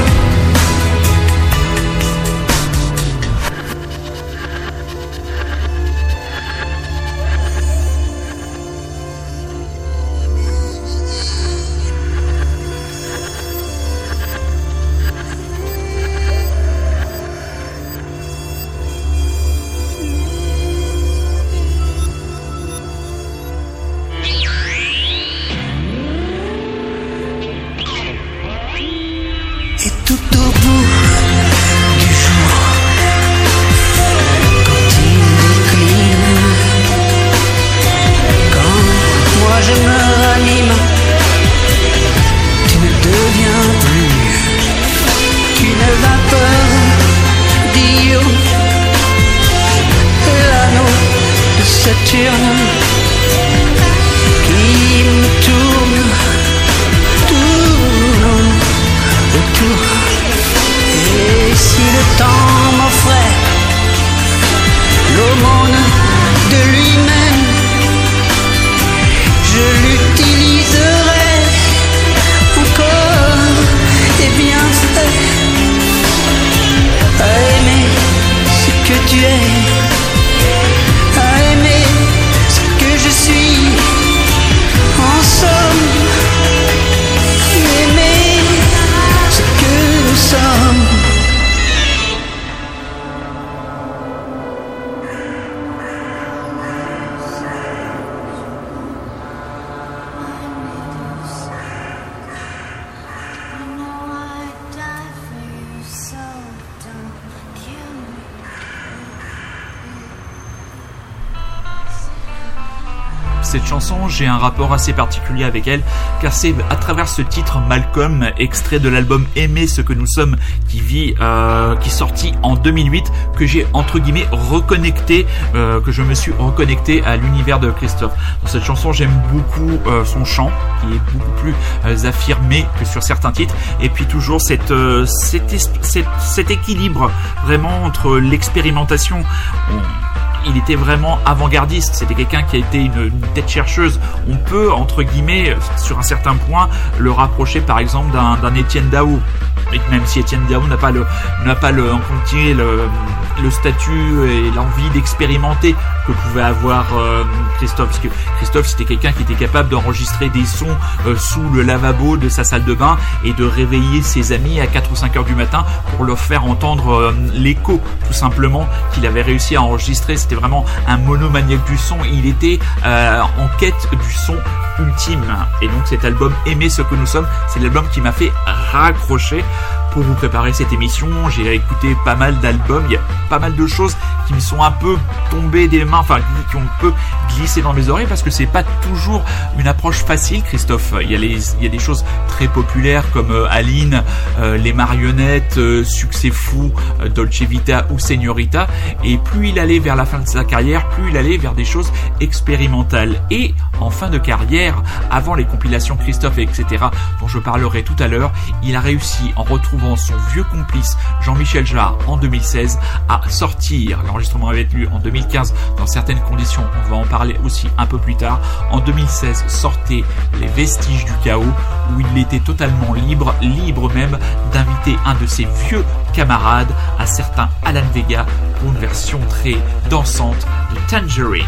cette chanson, j'ai un rapport assez particulier avec elle, car c'est à travers ce titre Malcolm, extrait de l'album Aimer ce que nous sommes, qui est sorti en 2008, que j'ai entre guillemets reconnecté, que je me suis reconnecté à l'univers de Christophe. Dans cette chanson, j'aime beaucoup son chant, qui est beaucoup plus affirmé que sur certains titres, et puis toujours cet équilibre vraiment entre l'expérimentation. Il était vraiment avant-gardiste, c'était quelqu'un qui a été une tête chercheuse. On peut, entre guillemets, sur un certain point, le rapprocher par exemple d'un Étienne Daho. Et même si Étienne Daho n'a pas le statut et l'envie d'expérimenter que pouvait avoir Christophe, parce que Christophe, c'était quelqu'un qui était capable d'enregistrer des sons sous le lavabo de sa salle de bain et de réveiller ses amis à 4 ou 5 heures du matin pour leur faire entendre l'écho, tout simplement, qu'il avait réussi à enregistrer. C'était vraiment un monomaniaque du son. Il était en quête du son ultime. Et donc cet album Aimer ce que nous sommes, c'est l'album qui m'a fait raccrocher. Pour vous préparer cette émission, j'ai écouté pas mal d'albums, il y a pas mal de choses qui me sont un peu tombées des mains, enfin qui ont un peu glissé dans mes oreilles, parce que c'est pas toujours une approche facile, Christophe. Il y a des choses très populaires comme Aline, Les Marionnettes, Succès Fou, Dolce Vita ou Señorita, et plus il allait vers la fin de sa carrière, plus il allait vers des choses expérimentales. Et en fin de carrière, avant les compilations Christophe, etc., dont je parlerai tout à l'heure, il a réussi, en retrouvant son vieux complice Jean-Michel Jarre en 2016, à sortir. L'enregistrement avait eu en 2015 dans certaines conditions, on va en parler aussi un peu plus tard. En 2016 sortait Les Vestiges du Chaos, où il était totalement libre même d'inviter un de ses vieux camarades, un certain Alan Vega, pour une version très dansante de Tangerine.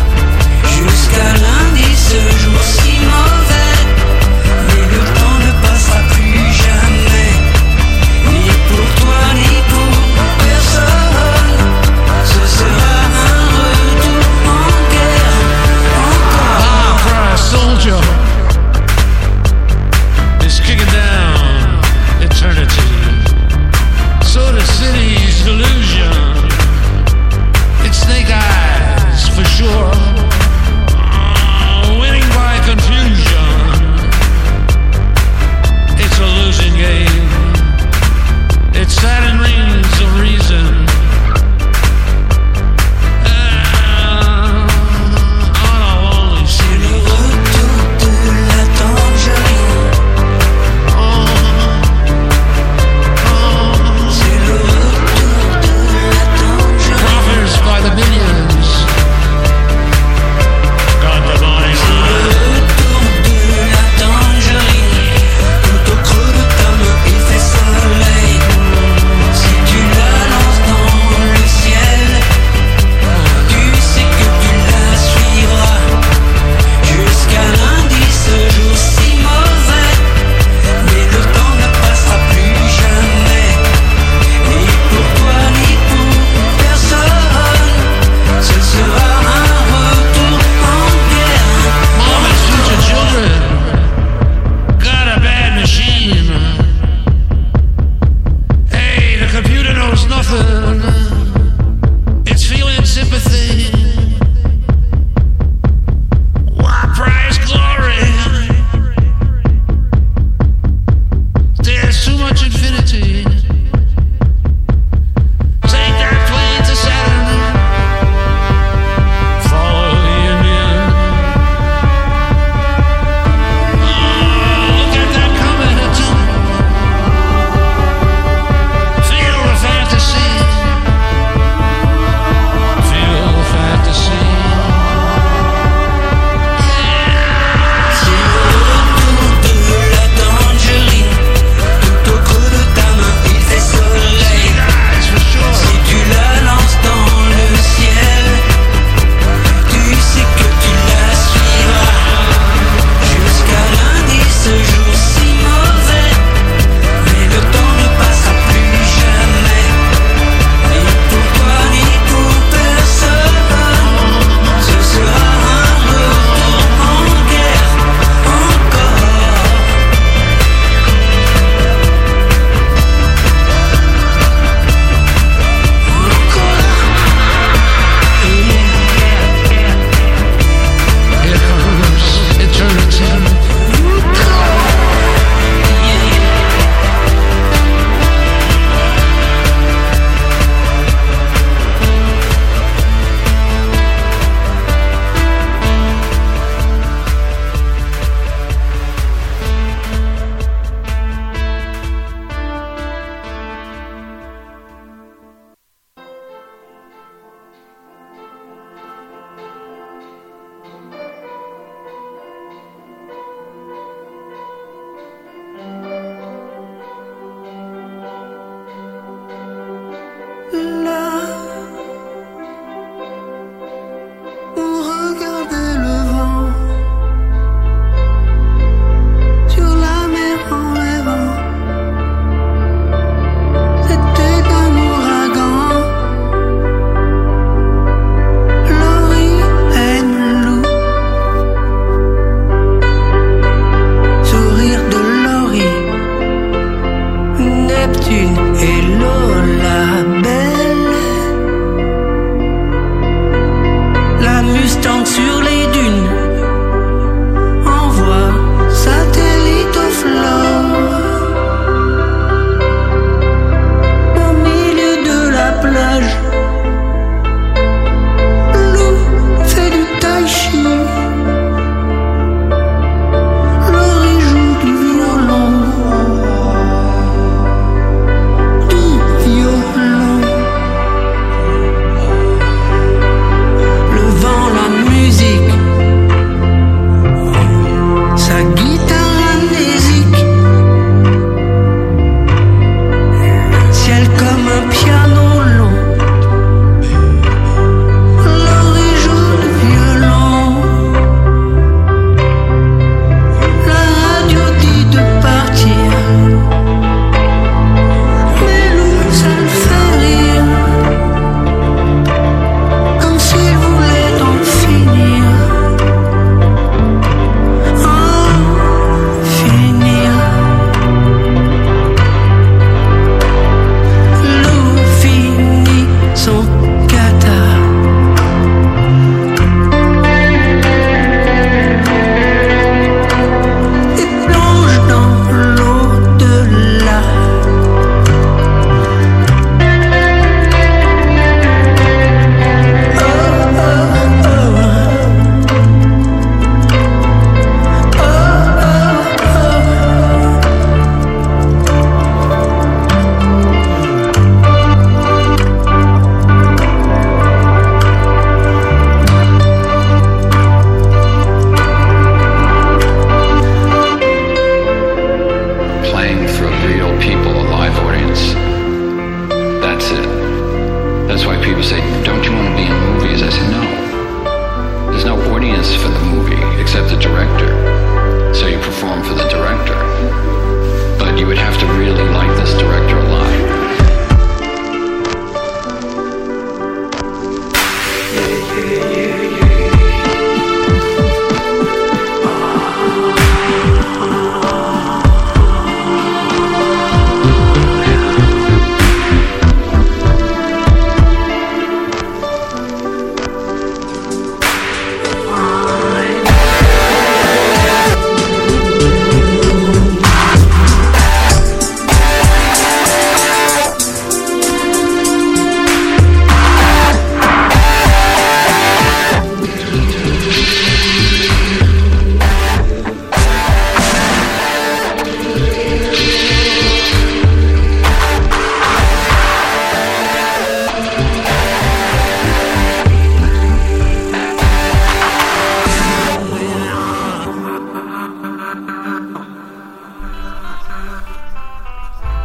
Jusqu'à lundi, ce jour si mauvais, mais le temps ne passe.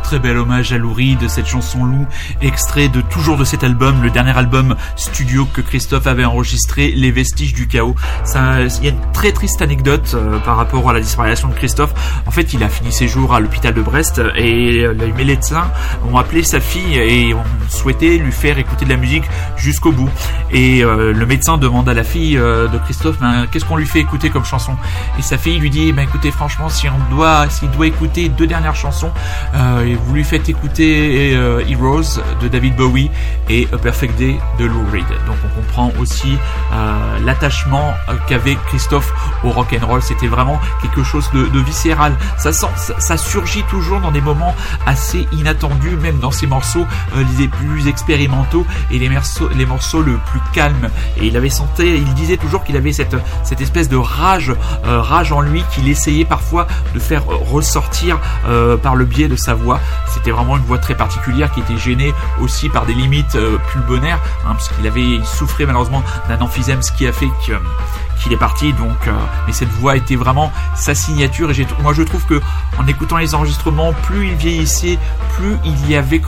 Très bel hommage à Lou Reed, cette chanson Lou, extrait de toujours de cet album, le dernier album studio que Christophe avait enregistré, Les Vestiges du Chaos. Il y a une très triste anecdote par rapport à la disparition de Christophe. En fait, il a fini ses jours à l'hôpital de Brest et les médecins ont appelé sa fille et ont souhaité lui faire écouter de la musique jusqu'au bout. Et le médecin demande à la fille de Christophe, qu'est-ce qu'on lui fait écouter comme chanson? Et sa fille lui dit, écoutez, franchement, s'il doit écouter 2 dernières chansons, vous lui faites écouter Heroes de David Bowie et A Perfect Day de Lou Reed. Donc on comprend aussi l'attachement qu'avait Christophe au rock'n'roll. C'était vraiment quelque chose de viscéral. Ça surgit toujours dans des moments assez inattendus, même dans ses morceaux les plus expérimentaux et les morceaux le plus calmes. Et il disait toujours qu'il avait cette espèce de rage en lui qu'il essayait parfois de faire ressortir par le biais de sa voix. C'était vraiment une voix très particulière qui était gênée aussi par des limites pulmonaires, parce qu'il souffrait malheureusement d'un emphysème, ce qui a fait qu'il est parti. Donc, mais cette voix était vraiment sa signature. Et moi, je trouve que en écoutant les enregistrements, plus il vieillissait, plus il y avait,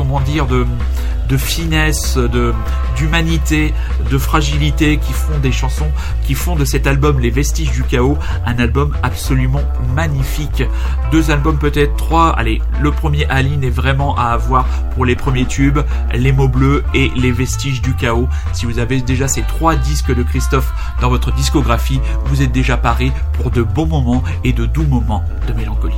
de finesse, d'humanité, de fragilité, qui font des chansons, qui font de cet album Les Vestiges du Chaos un album absolument magnifique. 2 albums, peut-être 3. Allez, le premier Aline est vraiment à avoir pour les premiers tubes, Les Mots Bleus et Les Vestiges du Chaos. Si vous avez déjà ces 3 disques de Christophe dans votre discographie, vous êtes déjà paré pour de bons moments et de doux moments de mélancolie.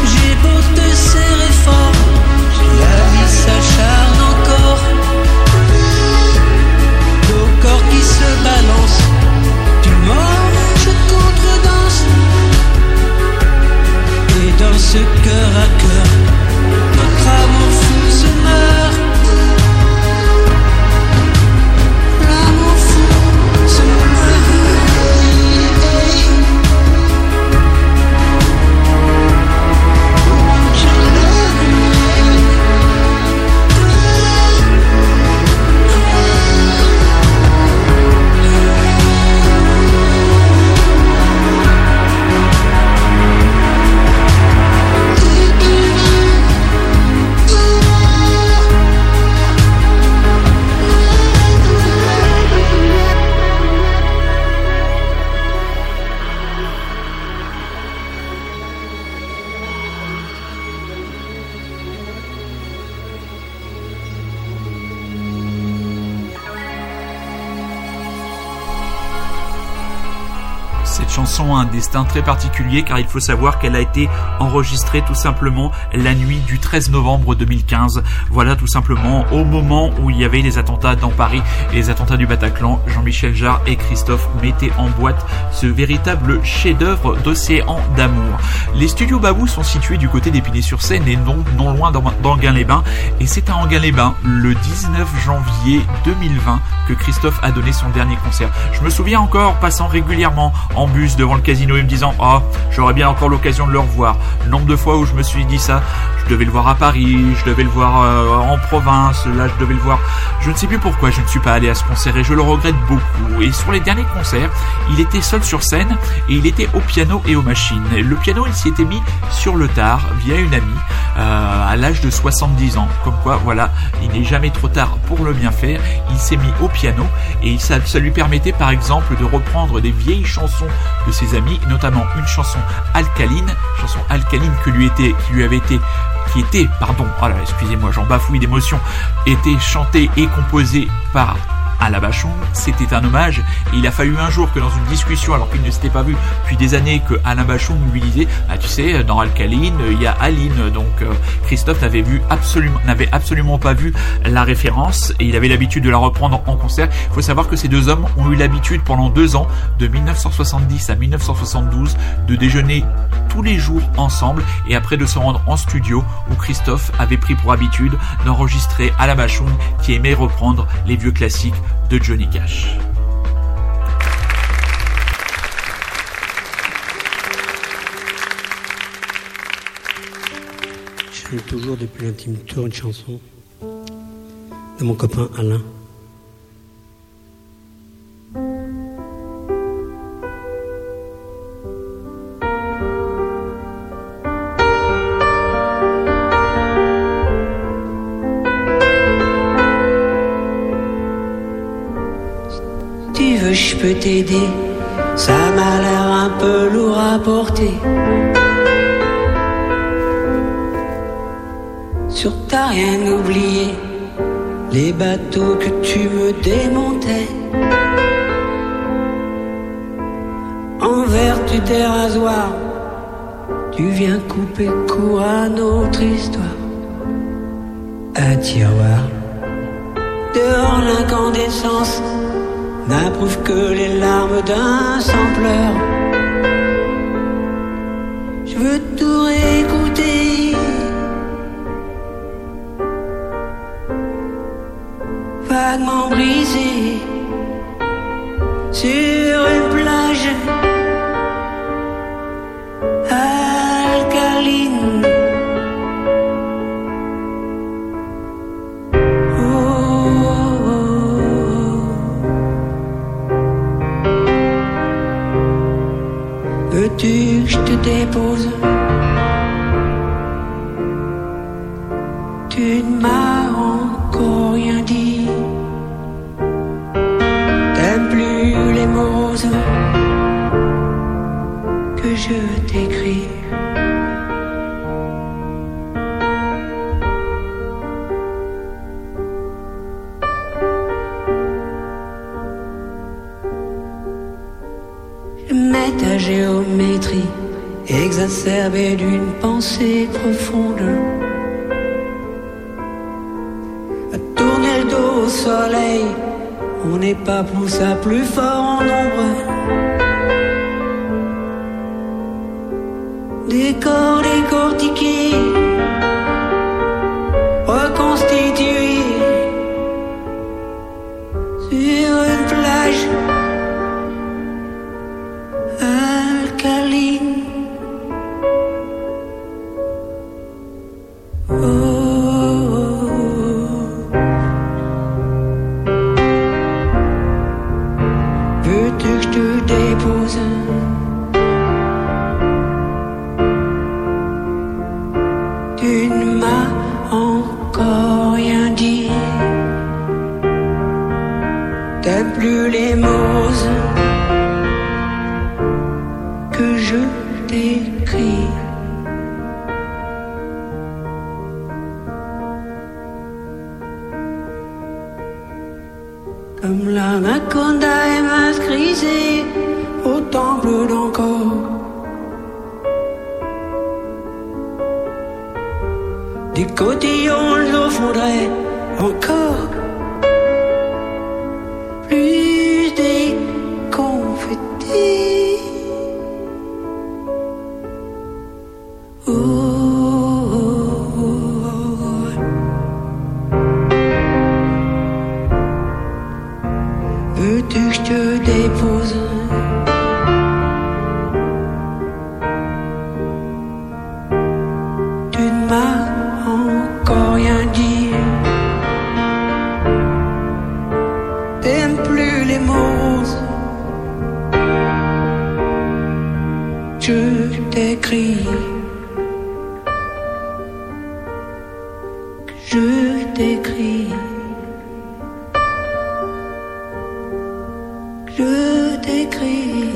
La vie s'acharne encore. Cette chanson a un destin très particulier car il faut savoir qu'elle a été enregistrée tout simplement la nuit du 13 novembre 2015. Voilà, tout simplement au moment où il y avait les attentats dans Paris et les attentats du Bataclan. Jean-Michel Jarre et Christophe mettaient en boîte ce véritable chef-d'œuvre d'océan d'amour. Les studios Babou sont situés du côté d'Épinay-sur-Seine et non loin d'Enghien-les-Bains. Et c'est à Enghien-les-Bains, le 19 janvier 2020, que Christophe a donné son dernier concert. Je me souviens encore passant régulièrement en bus devant le casino et me disant « Oh, j'aurais bien encore l'occasion de le revoir ». Le nombre de fois où je me suis dit ça, je devais le voir à Paris, je devais le voir en province, là je devais le voir. Je ne sais plus pourquoi je ne suis pas allé à ce concert et je le regrette beaucoup. Et sur les derniers concerts, il était seul sur scène et il était au piano et aux machines. Le piano, il s'y était mis sur le tard via une amie à l'âge de 70 ans. Comme quoi, voilà, il n'est jamais trop tard pour le bien faire. Il s'est mis au piano et ça lui permettait par exemple de reprendre des vieilles chansons de ses amis, notamment une chanson alcaline qui était, excusez-moi, j'en bafouille d'émotion, était chantée et composée par Alain Bachung. C'était un hommage et il a fallu un jour que dans une discussion, alors qu'il ne s'était pas vu depuis des années, que Alain Bachung lui disait tu sais, dans Alcaline il y a Aline, donc Christophe n'avait absolument pas vu la référence et il avait l'habitude de la reprendre en concert. Il faut savoir que ces deux hommes ont eu l'habitude pendant 2 ans, de 1970 à 1972, de déjeuner tous les jours ensemble et après de se rendre en studio où Christophe avait pris pour habitude d'enregistrer Alain Bachung qui aimait reprendre les vieux classiques de Johnny Cash. Je chante toujours depuis l'intime tour une chanson de mon copain Alain. Je peux t'aider, ça m'a l'air un peu lourd à porter. Sur t'as rien oublié, les bateaux que tu me démontais. En vertu des rasoirs, tu viens couper court à notre histoire. Un tiroir, dehors l'incandescence n'approuve que les larmes d'un sans-pleur. Je veux tout réécouter, vaguement brisé sur une plage alcaline. Veux-tu que je te dépose? Tu ne m'as encore rien dit. T'aimes plus les mots roses que je t'écris. Ta géométrie exacerbée d'une pensée profonde, à tourner le dos au soleil, on n'est pas poussé plus fort en nombre. Des corps décortiqués, reconstitués sur une plage alcaline. Veux-tu que je te dépose? Tu ne m'as encore rien dit. T'aimes plus les mots que je t'écris. Comme l'anaconda est mascrisée au temple d'encore. Des cotillons l'eau faudrait encore. Plus des confettis. Oh, oh, oh. Veux-tu que je te dépose? Tu ne m'as encore rien dit. T'aimes plus les mots. Je t'écris. Je t'écris. Je t'écris.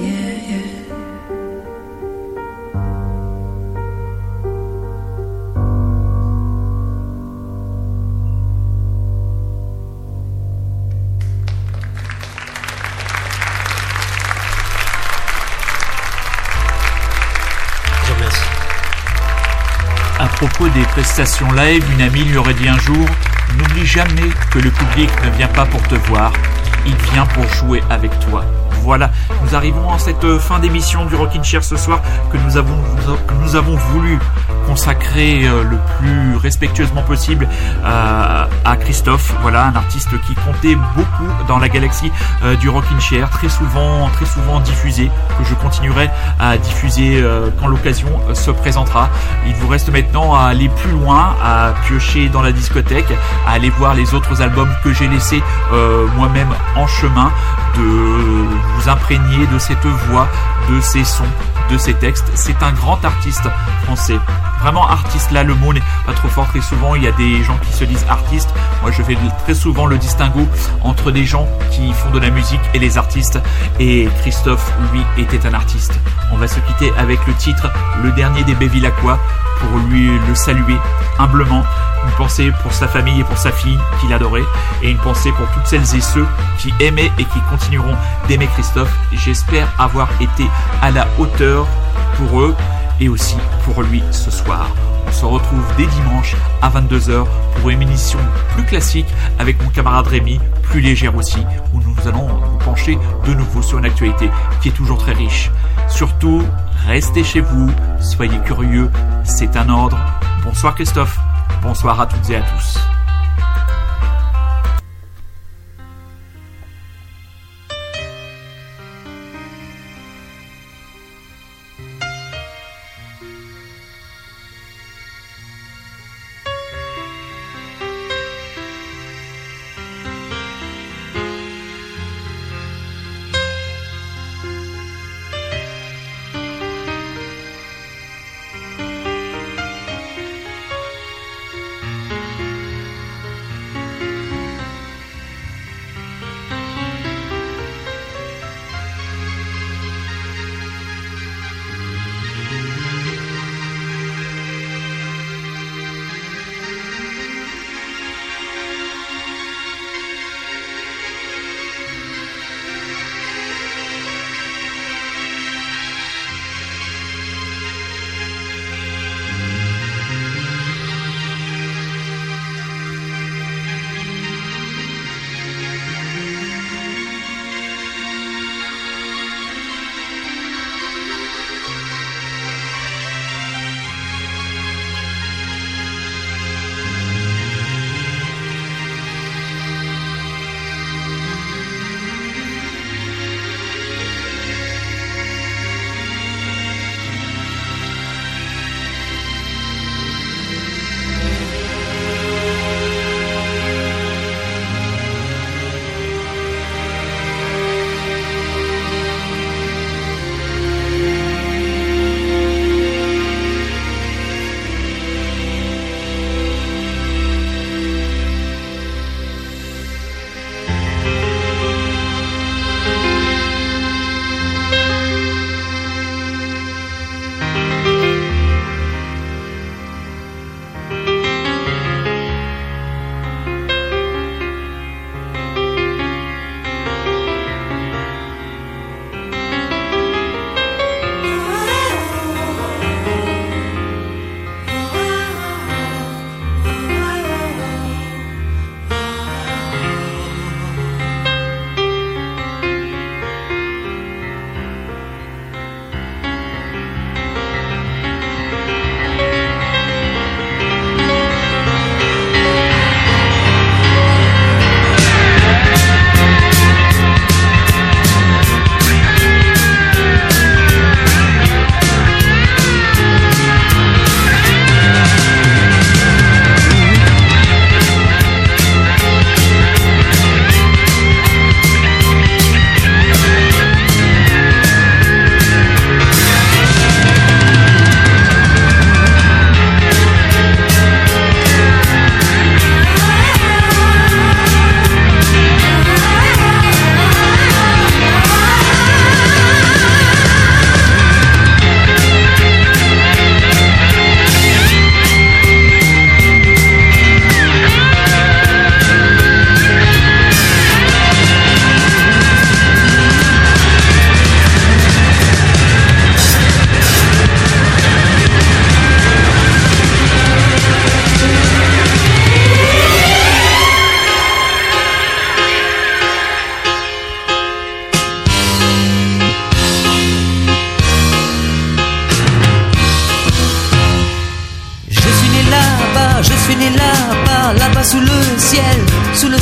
Je remercie. À propos des prestations live, une amie lui aurait dit un jour « N'oublie jamais que le public ne vient pas pour te voir, il vient pour jouer avec toi. » Voilà, nous arrivons à cette fin d'émission du Rockin' Chair ce soir que nous avons voulu consacrer le plus respectueusement possible à Christophe. Voilà, un artiste qui comptait beaucoup dans la galaxie du Rockin' Chair, très souvent diffusé, que je continuerai à diffuser quand l'occasion se présentera. Il vous reste maintenant à aller plus loin, à piocher dans la discothèque, à aller voir les autres albums que j'ai laissés moi-même en chemin, de vous imprégner de cette voix, de ces sons, de ces textes. C'est un grand artiste français. Vraiment artiste, là le mot n'est pas trop fort. Très souvent il y a des gens qui se disent artistes. Moi je fais très souvent le distinguo entre des gens qui font de la musique et les artistes. Et Christophe, lui, était un artiste. On va se quitter avec le titre Le Dernier des Bevilacqua pour lui le saluer humblement. Une pensée pour sa famille et pour sa fille qu'il adorait, et une pensée pour toutes celles et ceux qui aimaient et qui continueront d'aimer Christophe. J'espère avoir été à la hauteur pour eux et aussi pour lui ce soir. On se retrouve dès dimanche à 22h pour une émission plus classique avec mon camarade Rémi, plus légère aussi, où nous allons nous pencher de nouveau sur une actualité qui est toujours très riche. Surtout, restez chez vous, soyez curieux, c'est un ordre. Bonsoir Christophe, bonsoir à toutes et à tous.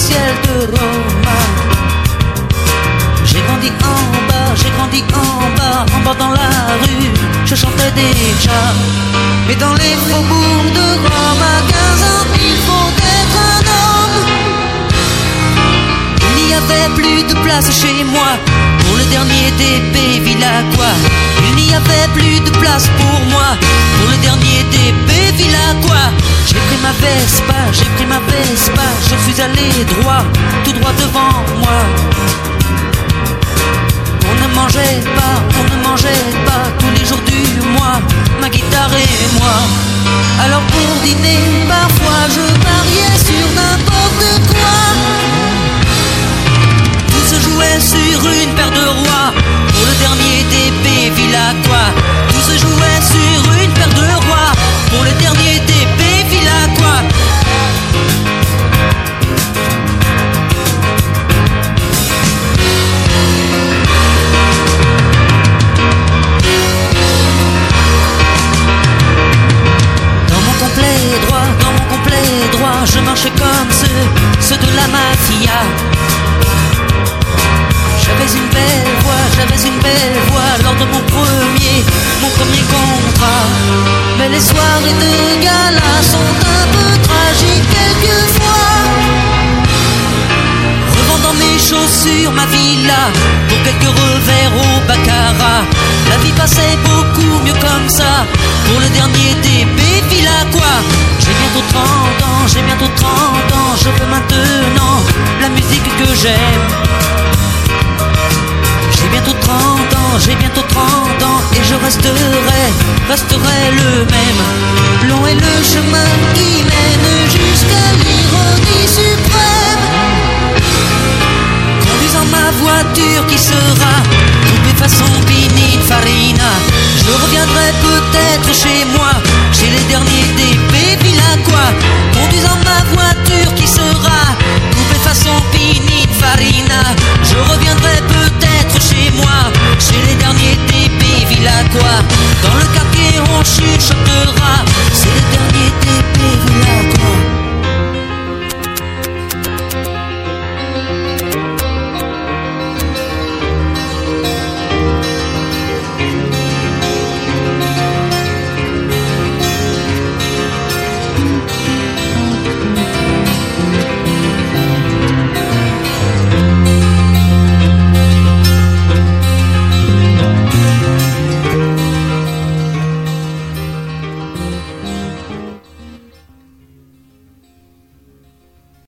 ciel de Roma. J'ai grandi en bas dans la rue, je chantais déjà. Mais dans les faubourgs de Rome, à 15 ans, il faut être un homme. Il n'y avait plus de place chez moi pour le dernier DP Villacois. Il n'y avait plus de place pour moi pour le dernier DP Villacois. J'ai pris ma Vespa, je suis allé droit, tout droit devant moi. On ne mangeait pas tous les jours du mois, ma guitare et moi. Alors pour dîner, parfois je pariais sur n'importe quoi. Tout se jouait sur une paire de rois pour le dernier DP Villacois. Tout se jouait sur une paire de rois pour le dernier DP Villacois. Dans mon complet droit, je marchais comme ceux de la mafia. J'avais une belle voix lors de mon premier contrat. Mais les soirées de gala sont un peu tragiques quelquefois. Revendant mes chaussures, ma villa, pour quelques revers au baccarat. La vie passait beaucoup mieux comme ça pour le dernier DP Villacois. J'ai bientôt 30 ans, je veux maintenant la musique que j'aime. J'ai bientôt 30 ans et je resterai le même. Long est le chemin qui mène jusqu'à l'ironie suprême.